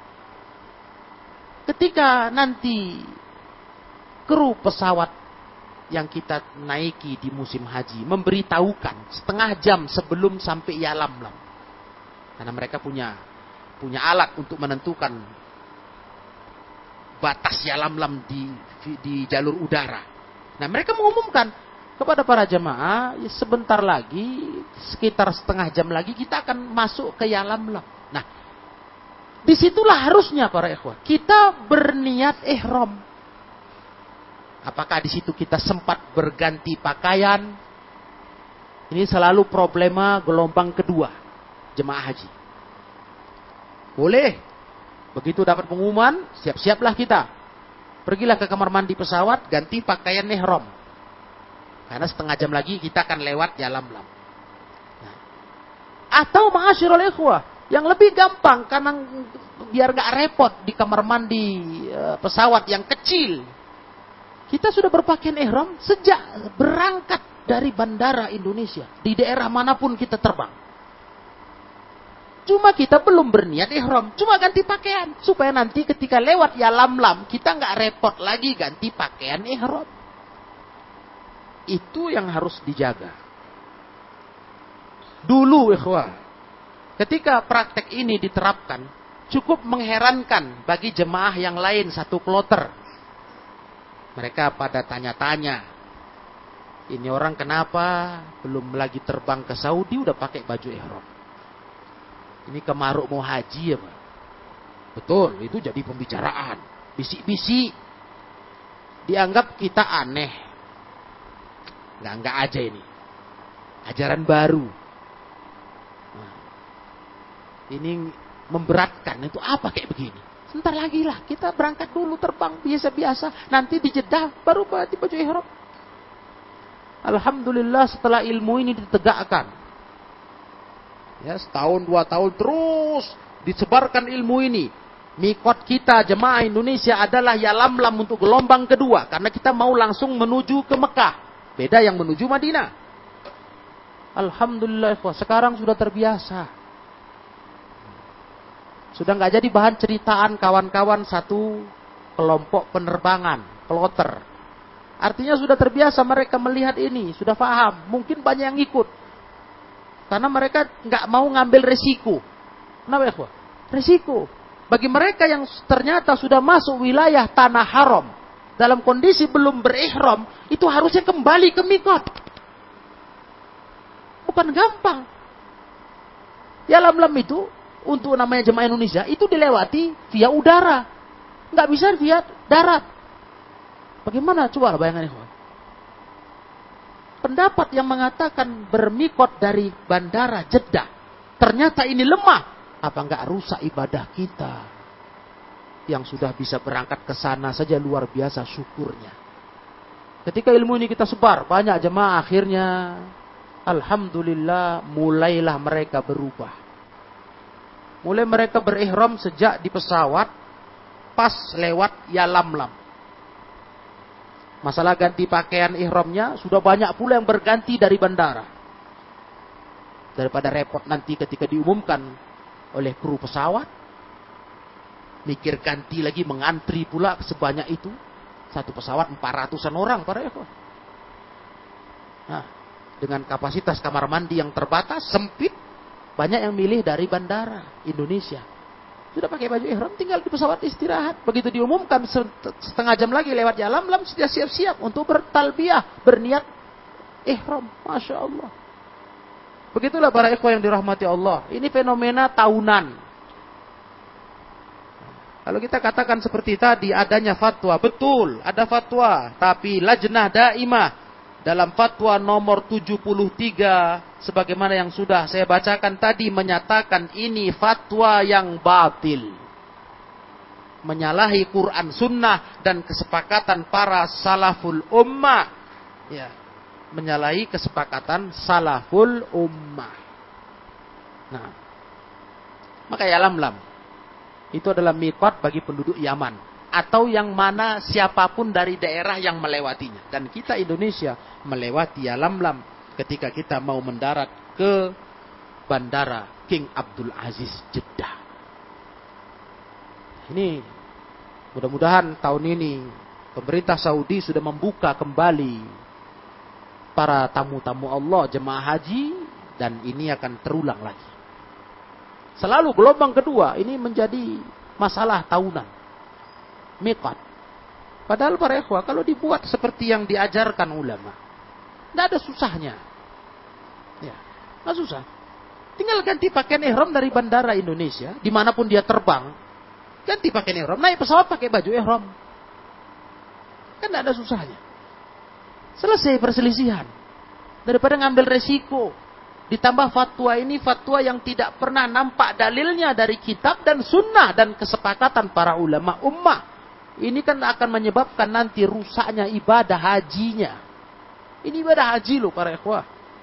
Ketika nanti kru pesawat yang kita naiki di musim haji memberitahukan setengah jam sebelum sampai Yalamlam. Karena mereka punya alat untuk menentukan batas Yalamlam di jalur udara. Nah, mereka mengumumkan kepada para jemaah, ya sebentar lagi, sekitar setengah jam lagi kita akan masuk ke Yalamlam. Nah, disitulah harusnya para ikhwah kita berniat ihram. Apakah di situ kita sempat berganti pakaian? Ini selalu problema gelombang kedua jemaah haji. Boleh. Begitu dapat pengumuman, siap-siaplah kita. Pergilah ke kamar mandi pesawat, ganti pakaian ihram. Karena setengah jam lagi kita akan lewat Yalamlam. Nah. Atau ma'asyiral ikhwah, yang lebih gampang karena biar gak repot di kamar mandi pesawat yang kecil. Kita sudah berpakaian ihram sejak berangkat dari bandara Indonesia. Di daerah manapun kita terbang. Cuma kita belum berniat ihram. Cuma ganti pakaian. Supaya nanti ketika lewat Yalamlam, kita nggak repot lagi ganti pakaian ihram. Itu yang harus dijaga. Dulu ikhwah, ketika praktek ini diterapkan, cukup mengherankan bagi jemaah yang lain satu kloter. Mereka pada tanya-tanya, ini orang kenapa belum lagi terbang ke Saudi udah pakai baju ihram? Ini kemaruk mau haji ya Pak? Betul, itu jadi pembicaraan. Bisik-bisik. Dianggap kita aneh. Enggak aja ini. Ajaran baru. Nah, ini memberatkan. Itu apa kayak begini? Sebentar lagi lah. Kita berangkat dulu terbang biasa-biasa. Nanti di Jeddah baru ganti baju ihram. Alhamdulillah setelah ilmu ini ditegakkan. Ya, setahun, 2 tahun terus disebarkan ilmu ini. Mikot kita jemaah Indonesia adalah Yalamlam untuk gelombang kedua. Karena kita mau langsung menuju ke Mekah. Beda yang menuju Madinah. Alhamdulillah sekarang sudah terbiasa. Sudah nggak jadi bahan ceritaan kawan-kawan satu kelompok penerbangan, plotter. Artinya sudah terbiasa mereka melihat ini. Sudah paham. Mungkin banyak yang ikut. Karena mereka nggak mau ngambil resiko. Kenapa ya? Resiko. Bagi mereka yang ternyata sudah masuk wilayah tanah haram, dalam kondisi belum berihram, itu harusnya kembali ke mikot. Bukan gampang. Yalamlam itu, untuk namanya jemaah Indonesia, itu dilewati via udara. Nggak bisa via darat. Bagaimana? Coba bayangkan ikhwan. Pendapat yang mengatakan bermikot dari bandara Jeddah, ternyata ini lemah. Apa enggak rusak ibadah kita? Yang sudah bisa berangkat ke sana saja luar biasa syukurnya. Ketika ilmu ini kita sebar, banyak jemaah akhirnya, alhamdulillah, mulailah mereka berubah. Mulai mereka berihram sejak di pesawat, pas lewat Yalamlam. Masalah ganti pakaian ihramnya, sudah banyak pula yang berganti dari bandara. Daripada repot nanti ketika diumumkan oleh kru pesawat, mikir ganti lagi, mengantri pula sebanyak itu. Satu pesawat 400-an orang para ikhwan. Nah, dengan kapasitas kamar mandi yang terbatas, sempit, banyak yang milih dari bandara Indonesia. Sudah pakai baju ihram, tinggal di pesawat istirahat. Begitu diumumkan setengah jam lagi lewat Yalamlam, sudah siap-siap untuk bertalbiyah, berniat ihram. Masya Allah. Begitulah para ikhwan yang dirahmati Allah. Ini fenomena tahunan. Kalau kita katakan seperti tadi, adanya fatwa. Betul, ada fatwa. Tapi Lajnah Daimah dalam fatwa nomor 73, sebagaimana yang sudah saya bacakan tadi, menyatakan ini fatwa yang batil. Menyalahi Quran Sunnah dan kesepakatan para salaful ummah. Ya. Menyalahi kesepakatan salaful ummah. Nah, maka Yalamlam itu adalah mikot bagi penduduk Yaman atau yang mana siapapun dari daerah yang melewatinya. Dan kita Indonesia melewati Yalamlam ketika kita mau mendarat ke bandara King Abdul Aziz Jeddah. Ini mudah-mudahan tahun ini pemerintah Saudi sudah membuka kembali para tamu-tamu Allah, jemaah haji, dan ini akan terulang lagi. Selalu gelombang kedua, ini menjadi masalah tahunan. Miqat. Padahal para ikhwah, kalau dibuat seperti yang diajarkan ulama, tidak ada susahnya. Ya, tidak susah. Tinggal ganti pakaian ihram dari bandara Indonesia, dimanapun dia terbang, ganti pakaian ihram, naik pesawat pakai baju ihram. Kan tidak ada susahnya. Selesai perselisihan. Daripada ngambil resiko. Ditambah fatwa ini fatwa yang tidak pernah nampak dalilnya dari kitab dan sunnah dan kesepakatan para ulama ummah. Ini kan akan menyebabkan nanti rusaknya ibadah hajinya. Ini ibadah haji loh para ikhwah.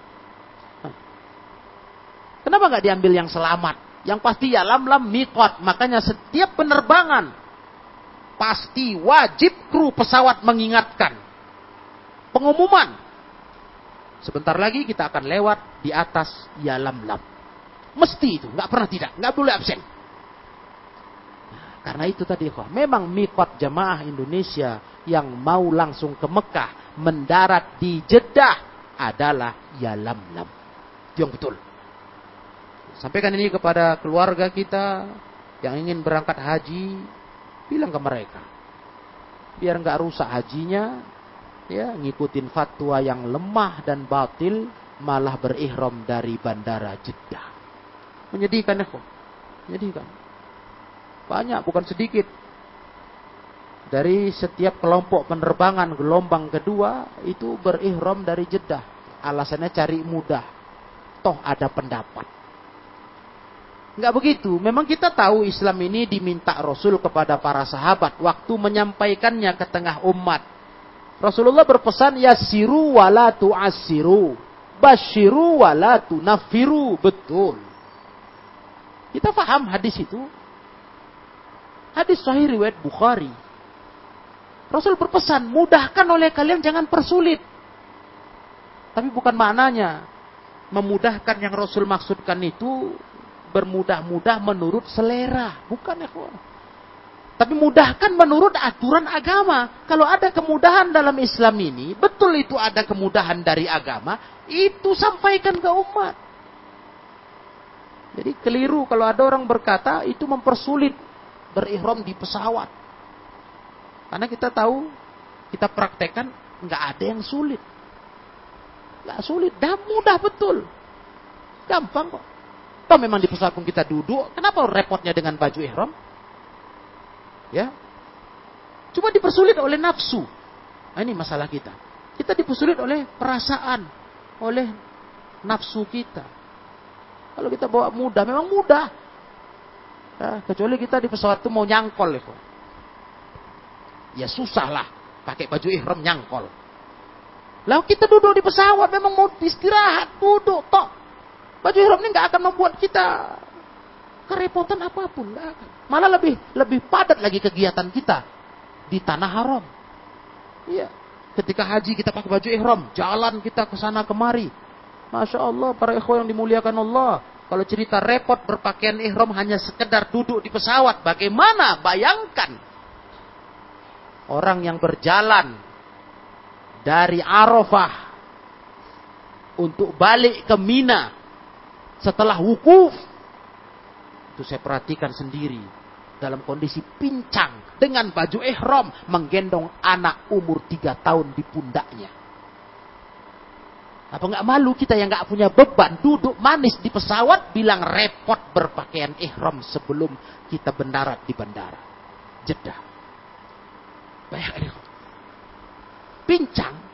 Kenapa nggak diambil yang selamat? Yang pasti Yalamlam miqat. Makanya setiap penerbangan pasti wajib kru pesawat mengingatkan. Pengumuman. Sebentar lagi kita akan lewat di atas Yalamlam. Mesti itu, nggak pernah tidak, nggak boleh absen. Nah, karena itu tadi, memang mikot jemaah Indonesia yang mau langsung ke Mekah mendarat di Jeddah adalah Yalamlam. Itu yang betul. Sampaikan ini kepada keluarga kita yang ingin berangkat haji, bilang ke mereka. biar nggak rusak hajinya, ya ngikutin fatwa yang lemah dan batil, malah berihram dari bandara Jeddah. Menyedihkan ya, menyedihkan. Banyak, bukan sedikit. Dari setiap kelompok penerbangan gelombang kedua itu berihram dari Jeddah. Alasannya cari mudah. Toh ada pendapat. Enggak begitu. Memang kita tahu Islam ini diminta Rasul kepada para sahabat waktu menyampaikannya ke tengah umat. Rasulullah berpesan, yassiru wala tu'assiru, basyiru wala tunaffiru. Betul. Kita paham hadis itu. Hadis sahih riwayat Bukhari. Rasul berpesan, mudahkan oleh kalian, jangan persulit. Tapi bukan maknanya memudahkan yang Rasul maksudkan itu bermudah-mudah menurut selera. Bukan ya kawan. Tapi mudahkan menurut aturan agama. Kalau ada kemudahan dalam Islam ini, betul itu ada kemudahan dari agama, itu sampaikan ke umat. Jadi keliru kalau ada orang berkata itu mempersulit berihram di pesawat. Karena kita tahu, kita praktekkan, nggak ada yang sulit. Nggak sulit, dah mudah betul. Gampang kok. Toh memang di pesawat pun kita duduk, kenapa repotnya dengan baju ihram? Ya. Cuma dipersulit oleh nafsu. Nah, ini masalah kita. Kita dipersulit oleh perasaan, oleh nafsu kita. Kalau kita bawa mudah, memang mudah. Ya, kecuali kita di pesawat itu mau nyangkol. Ya susah lah, pakai baju ihram nyangkol. Lalu kita duduk di pesawat, memang mau istirahat, duduk, tok. Baju ihram ini nggak akan membuat kita kerepotan apapun, nggak akan. Malah lebih padat lagi kegiatan kita di tanah haram. Iya, ketika haji kita pakai baju ihram, jalan kita ke sana kemari. Masya Allah, para ikhwan yang dimuliakan Allah. Kalau cerita repot berpakaian ihram hanya sekedar duduk di pesawat, bagaimana? Bayangkan orang yang berjalan dari Arafah untuk balik ke Mina setelah wukuf, itu saya perhatikan sendiri dalam kondisi pincang dengan baju ihram, menggendong anak umur 3 tahun di pundaknya. Apa nggak malu kita yang nggak punya beban, duduk manis di pesawat, bilang repot berpakaian ihram sebelum kita mendarat di bandara Jeddah. Bayangkan, pincang,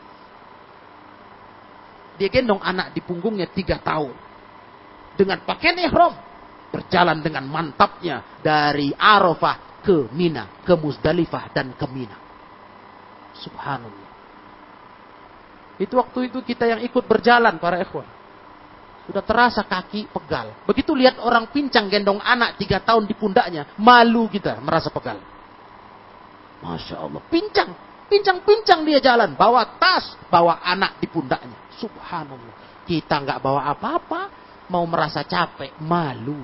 dia gendong anak di punggungnya 3 tahun dengan pakaian ihram, berjalan dengan mantapnya dari Arafah ke Mina, ke Muzdalifah dan ke Mina. Subhanallah. Itu waktu itu kita yang ikut berjalan, para ikhwan. Sudah terasa kaki pegal. Begitu lihat orang pincang gendong anak 3 tahun di pundaknya, malu kita, merasa pegal. Masya Allah, pincang dia jalan, bawa tas, bawa anak di pundaknya. Subhanallah. Kita nggak bawa apa-apa, mau merasa capek, malu.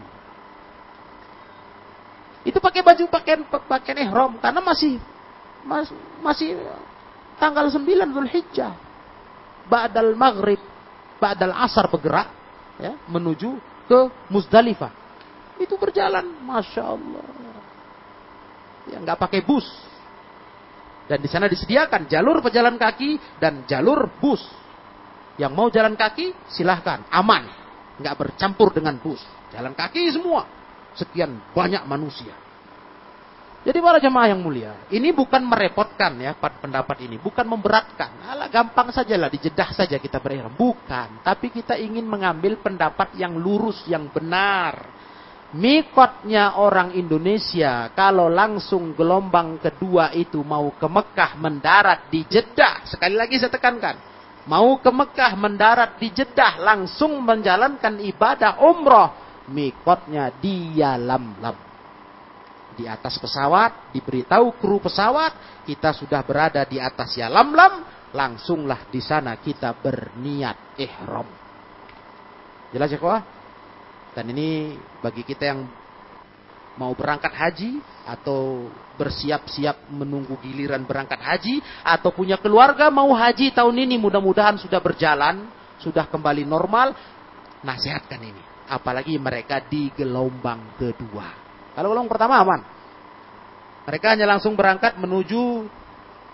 Itu pakai baju pakaian ihram karena masih tanggal 9 Zulhijjah. Ba'dal maghrib, ba'dal asar bergerak, ya, menuju ke Muzdalifah. Itu berjalan, masya Allah. Ya, nggak pakai bus. Dan di sana disediakan jalur pejalan kaki dan jalur bus. Yang mau jalan kaki silahkan, aman, nggak bercampur dengan bus. Jalan kaki semua, sekian banyak manusia. Jadi para jemaah yang mulia, ini bukan merepotkan ya pendapat ini, bukan memberatkan. Alah, gampang sajalah, di Jeddah saja kita berihram. Bukan, tapi kita ingin mengambil pendapat yang lurus, yang benar. Mikotnya orang Indonesia kalau langsung gelombang kedua itu mau ke Mekah mendarat di Jeddah. Sekali lagi saya tekankan, mau ke Mekah mendarat di Jeddah langsung menjalankan ibadah umroh, mikotnya di Yalamlam. Di atas pesawat, diberitahu kru pesawat, kita sudah berada di atas Yalamlam, langsunglah di sana kita berniat ihram. Jelas ya kawan? Dan ini bagi kita yang mau berangkat haji atau bersiap-siap menunggu giliran berangkat haji, atau punya keluarga mau haji tahun ini, mudah-mudahan sudah berjalan, sudah kembali normal, nasihatkan ini. Apalagi mereka di gelombang kedua. Kalau gelombang pertama aman. Mereka hanya langsung berangkat menuju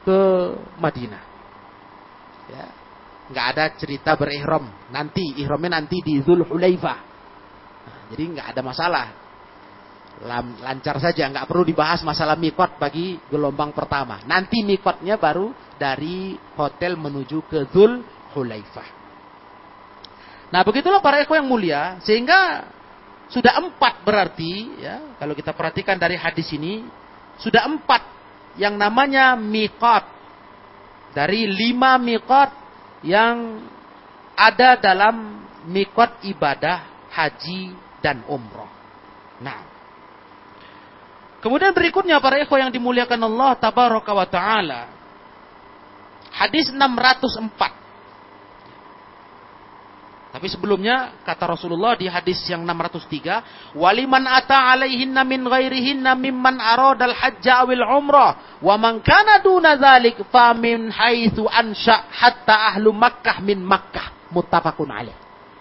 ke Madinah. Ya. Nggak ada cerita berihram. Nanti ihramnya nanti di Dzulhulaifah. Nah, jadi nggak ada masalah. Lancar saja, nggak perlu dibahas masalah mikot bagi gelombang pertama. Nanti mikotnya baru dari hotel menuju ke Dzulhulaifah. Nah, begitulah para ikhwan yang mulia, sehingga sudah 4 berarti, ya, kalau kita perhatikan dari hadis ini, sudah 4 yang namanya mikot. Dari 5 mikot yang ada dalam mikot ibadah haji dan umroh. Nah, kemudian berikutnya para ikhwan yang dimuliakan Allah tabaraka wa taala. Hadis 604. Tapi sebelumnya kata Rasulullah di hadis yang 603, "Waliman ata 'alaihinna min ghairihinna mimman aradal hajja awil umrah, wa man kana duna dzalik fa min haitsu ansha hatta ahlu Makkah min Makkah." Muttafaqun alaih.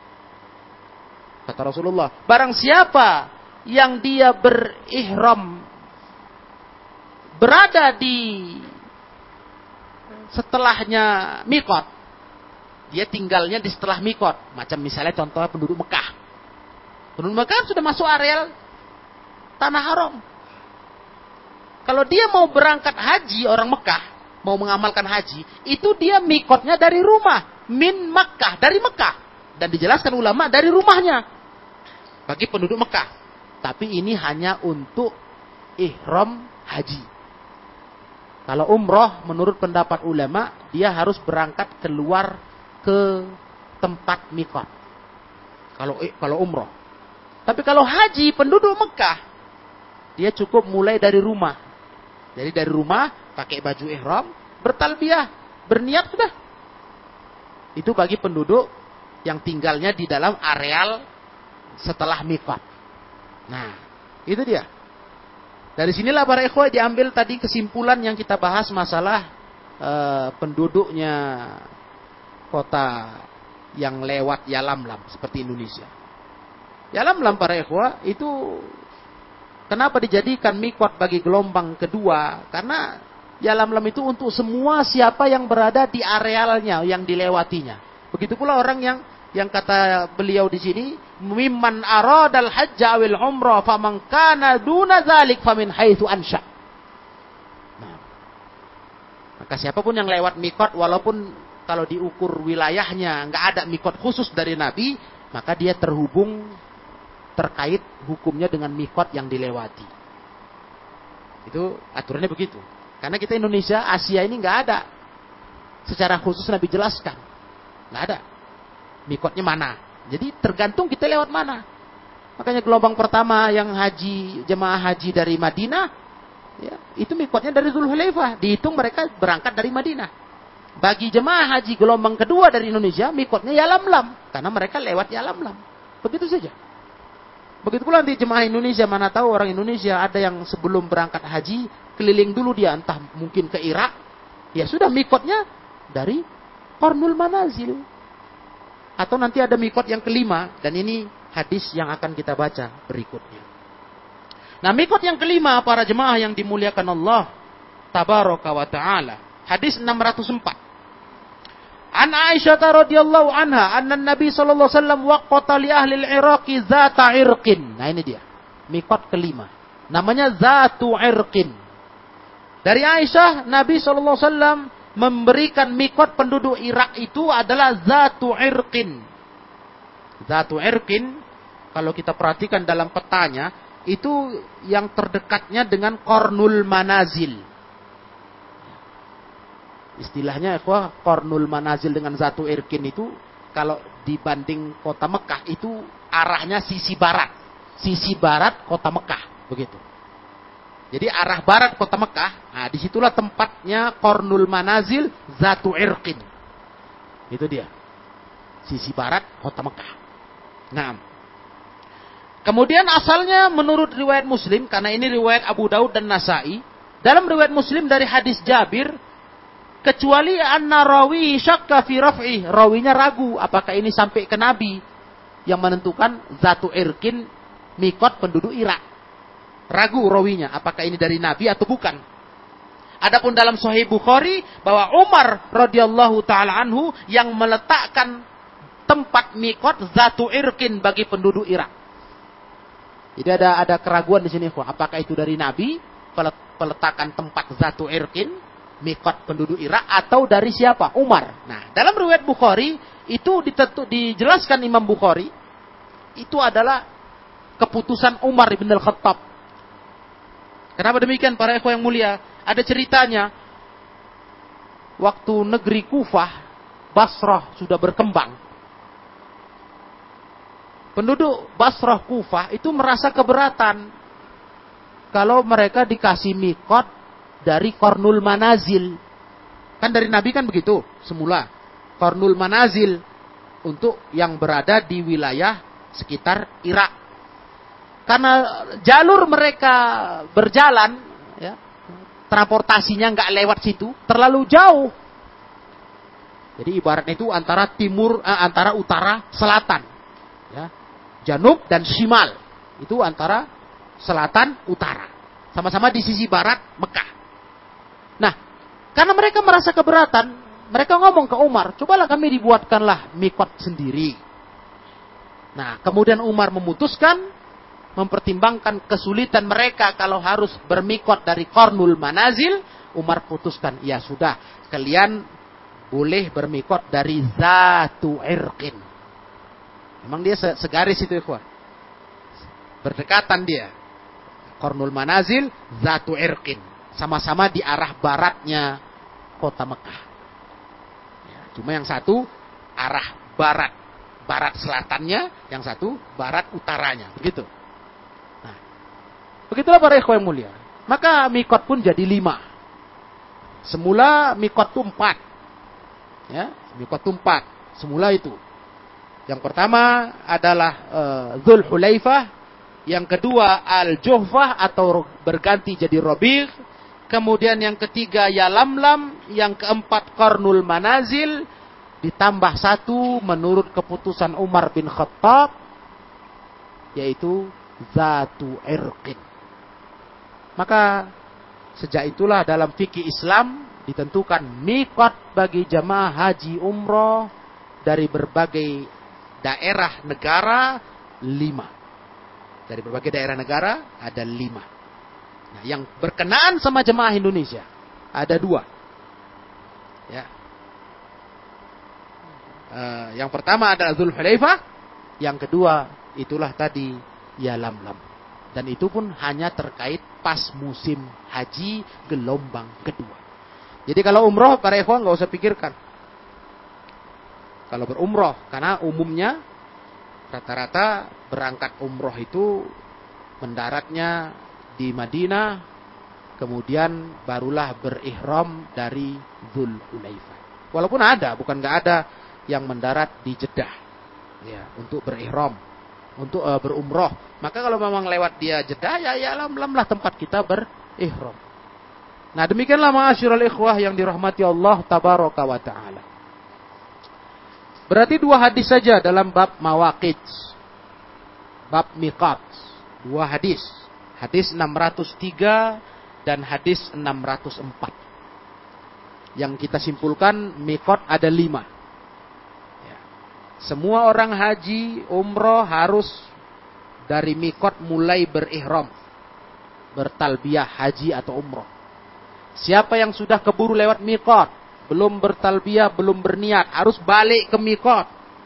Kata Rasulullah, barang siapa yang dia berihram berada di setelahnya mikot, dia tinggalnya di setelah mikot. Macam misalnya contohnya penduduk Mekah. Penduduk Mekah sudah masuk areal tanah haram. Kalau dia mau berangkat haji, orang Mekah mau mengamalkan haji, itu dia mikotnya dari rumah. Min Makkah, dari Mekah. Dan dijelaskan ulama dari rumahnya. Bagi penduduk Mekah. Tapi ini hanya untuk ihram haji. Kalau umroh, menurut pendapat ulama, dia harus berangkat keluar ke tempat mikot. Kalau umroh. Tapi kalau haji penduduk Mekah, dia cukup mulai dari rumah. Jadi dari rumah pakai baju ihram, bertalbiyah, berniat sudah. Itu bagi penduduk yang tinggalnya di dalam areal setelah mikot. Nah, itu dia. Dari sinilah para ikhwah diambil tadi kesimpulan yang kita bahas masalah penduduknya kota yang lewat Yalamlam seperti Indonesia. Yalamlam para ikhwah itu kenapa dijadikan mikot bagi gelombang kedua? Karena Yalamlam itu untuk semua siapa yang berada di arealnya yang dilewatinya. Begitu pula orang yang kata beliau di sini, mimman aradal hajja awil umrah faman kana duna dzalik famin haitsu ansha. Nah, maka siapapun yang lewat mikot walaupun kalau diukur wilayahnya nggak ada mikot khusus dari Nabi, maka dia terhubung terkait hukumnya dengan mikot yang dilewati. Itu aturannya begitu. Karena kita Indonesia, Asia ini nggak ada secara khusus Nabi jelaskan, nggak ada mikotnya mana. Jadi tergantung kita lewat mana. Makanya gelombang pertama yang haji jemaah haji dari Madinah, ya, itu mikotnya dari Dzulhulaifah. Dihitung mereka berangkat dari Madinah. Bagi jemaah haji gelombang kedua dari Indonesia, mikotnya Yalamlam. Karena mereka lewat Yalamlam. Begitu saja. Begitu pula nanti jemaah Indonesia, mana tahu orang Indonesia ada yang sebelum berangkat haji, keliling dulu dia, entah mungkin ke Irak. Ya sudah, mikotnya dari Qarnul Manazil. Atau nanti ada mikot yang kelima. Dan ini hadis yang akan kita baca berikutnya. Nah, mikot yang kelima para jemaah yang dimuliakan Allah tabaraka wa ta'ala. Hadis 604. An Aisyah radhiyallahu anha anna Nabi sallallahu alaihi wasallam waqata li ahli al-Iraq zata irqin. Nah, ini dia. Mikot kelima. Namanya Zatu Irqin. Dari Aisyah, Nabi sallallahu alaihi wasallam memberikan mikot penduduk Irak itu adalah Zatu Irqin. Zatu Irqin, kalau kita perhatikan dalam petanya, itu yang terdekatnya dengan Qarnul Manazil. Istilahnya Qarnul Manazil dengan Zatu Irqin itu kalau dibanding kota Mekah itu arahnya sisi barat. Sisi barat kota Mekah, begitu. Jadi arah barat kota Mekah, nah disitulah tempatnya Qarnul Manazil Zatu Irqin. Itu dia. Sisi barat kota Mekah. Nah, kemudian asalnya menurut riwayat Muslim, karena ini riwayat Abu Daud dan Nasai, dalam riwayat Muslim dari hadis Jabir, kecuali anna rawi syakka fi raf'i, rawinya ragu apakah ini sampai ke Nabi yang menentukan Zatu Irqin mikot penduduk Irak. Ragu rawinya apakah ini dari Nabi atau bukan. Adapun dalam Sahih Bukhari bahwa Umar radhiyallahu taala anhu yang meletakkan tempat mikot Zatu Irqin bagi penduduk Irak. Jadi ada keraguan di sini, apakah itu dari Nabi peletakan tempat Zatu Irqin mikot penduduk Irak atau dari siapa? Umar. Nah, dalam riwayat Bukhari itu dijelaskan Imam Bukhari itu adalah keputusan Umar bin Al-Khattab. Kenapa demikian para ikhwah yang mulia? Ada ceritanya, waktu negeri Kufah, Basrah sudah berkembang. Penduduk Basrah Kufah itu merasa keberatan kalau mereka dikasih mikot dari Qarnul Manazil. Kan dari Nabi kan begitu semula. Qarnul Manazil untuk yang berada di wilayah sekitar Irak. Karena jalur mereka berjalan, ya, transportasinya nggak lewat situ, terlalu jauh. Jadi ibaratnya itu antara utara selatan, ya, Janub dan Shimal itu antara selatan utara, sama-sama di sisi barat Mekah. Nah, karena mereka merasa keberatan, mereka ngomong ke Umar, cobalah kami dibuatkanlah mikot sendiri. Nah, kemudian Umar memutuskan, mempertimbangkan kesulitan mereka kalau harus bermikot dari Qarnul Manazil. Umar putuskan, ya sudah, kalian boleh bermikot dari Zatu Irqin. Memang dia segaris itu, ikhwan. Berdekatan dia. Qarnul Manazil, Zatu Irqin. Sama-sama di arah baratnya kota Mekah. Ya, cuma yang satu arah barat selatannya, yang satu barat utaranya. Begitu. Nah, begitulah para ikhwan yang mulia. Maka mikot pun jadi 5. Semula mikot itu 4. Ya, mikot itu 4. Semula itu. Yang pertama adalah Dzul Hulaifah, yang kedua Al-Juhfah atau berganti jadi Rabi', kemudian yang ketiga Yalamlam, yang keempat Qarnul Manazil, ditambah 1 menurut keputusan Umar bin Khattab, yaitu Zatu Irqin. Maka sejak itulah dalam fikih Islam ditentukan mikot bagi jamaah haji umroh dari berbagai daerah negara 5. Dari berbagai daerah negara ada 5. Nah, yang berkenaan sama jemaah Indonesia ada 2. Ya. Yang pertama adalah Dzul Hulaifah, yang kedua itulah tadi Yalamlam. Dan itu pun hanya terkait pas musim haji gelombang kedua. Jadi kalau umroh para ikhwan nggak usah pikirkan. Kalau berumroh, karena umumnya rata-rata berangkat umroh itu mendaratnya di Madinah, kemudian barulah berihram dari Dzul Hulaifah. Walaupun ada, bukan nggak ada yang mendarat di Jeddah, ya, untuk berihram, untuk berumroh. Maka kalau memang lewat dia Jeddah, ya Yalamlam lah tempat kita berihram. Nah, demikianlah ma'asyiral ikhwah yang dirahmati Allah tabaraka wa taala. Berarti 2 hadis saja dalam bab mawaqit, bab miqat. 2 hadis. Hadis 603 dan hadis 604. Yang kita simpulkan miqat ada 5. Ya. Semua orang haji, umroh harus dari miqat mulai berihram, bertalbiyah haji atau umroh. Siapa yang sudah keburu lewat miqat, belum bertalbiyah, belum berniat, harus balik ke miqat.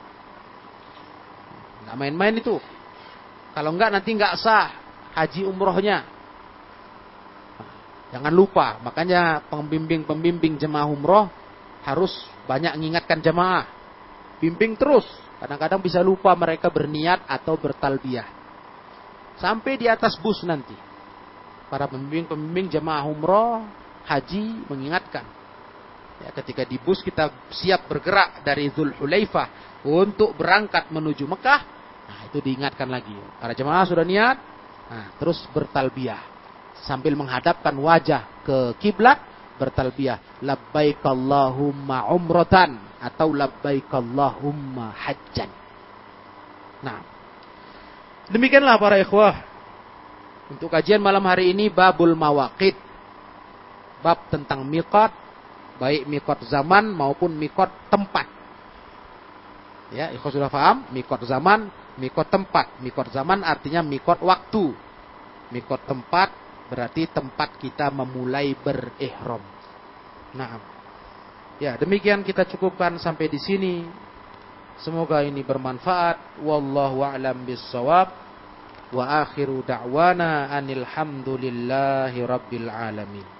Nggak main-main itu. Kalau enggak nanti enggak sah haji umrohnya. Jangan lupa, makanya pembimbing jemaah umroh harus banyak mengingatkan jemaah. Bimbing terus. Kadang-kadang bisa lupa mereka berniat atau bertalbiyah. Sampai di atas bus nanti. Para pembimbing jemaah umroh haji mengingatkan. Ya, ketika di bus kita siap bergerak dari Dzul Hulaifah untuk berangkat menuju Mekah, nah itu diingatkan lagi. Para jemaah sudah niat, nah terus bertalbiyah sambil menghadapkan wajah ke kiblat, bertalbiyah labbaik Allahumma umratan atau labbaik Allahumma hajjan. Nah, demikianlah para ikhwah untuk kajian malam hari ini babul mawaqit. bab tentang miqat, baik miqat zaman maupun miqat tempat. Ya, ikhwan sudah paham? Miqat zaman, miqat tempat. Miqat zaman artinya miqat waktu. Miqat tempat berarti tempat kita memulai berihram. Nah, ya demikian kita cukupkan sampai di sini. Semoga ini bermanfaat. Wallahu a'lam bissawab. Wa akhiru da'wana anil hamdulillahi rabbil alamin.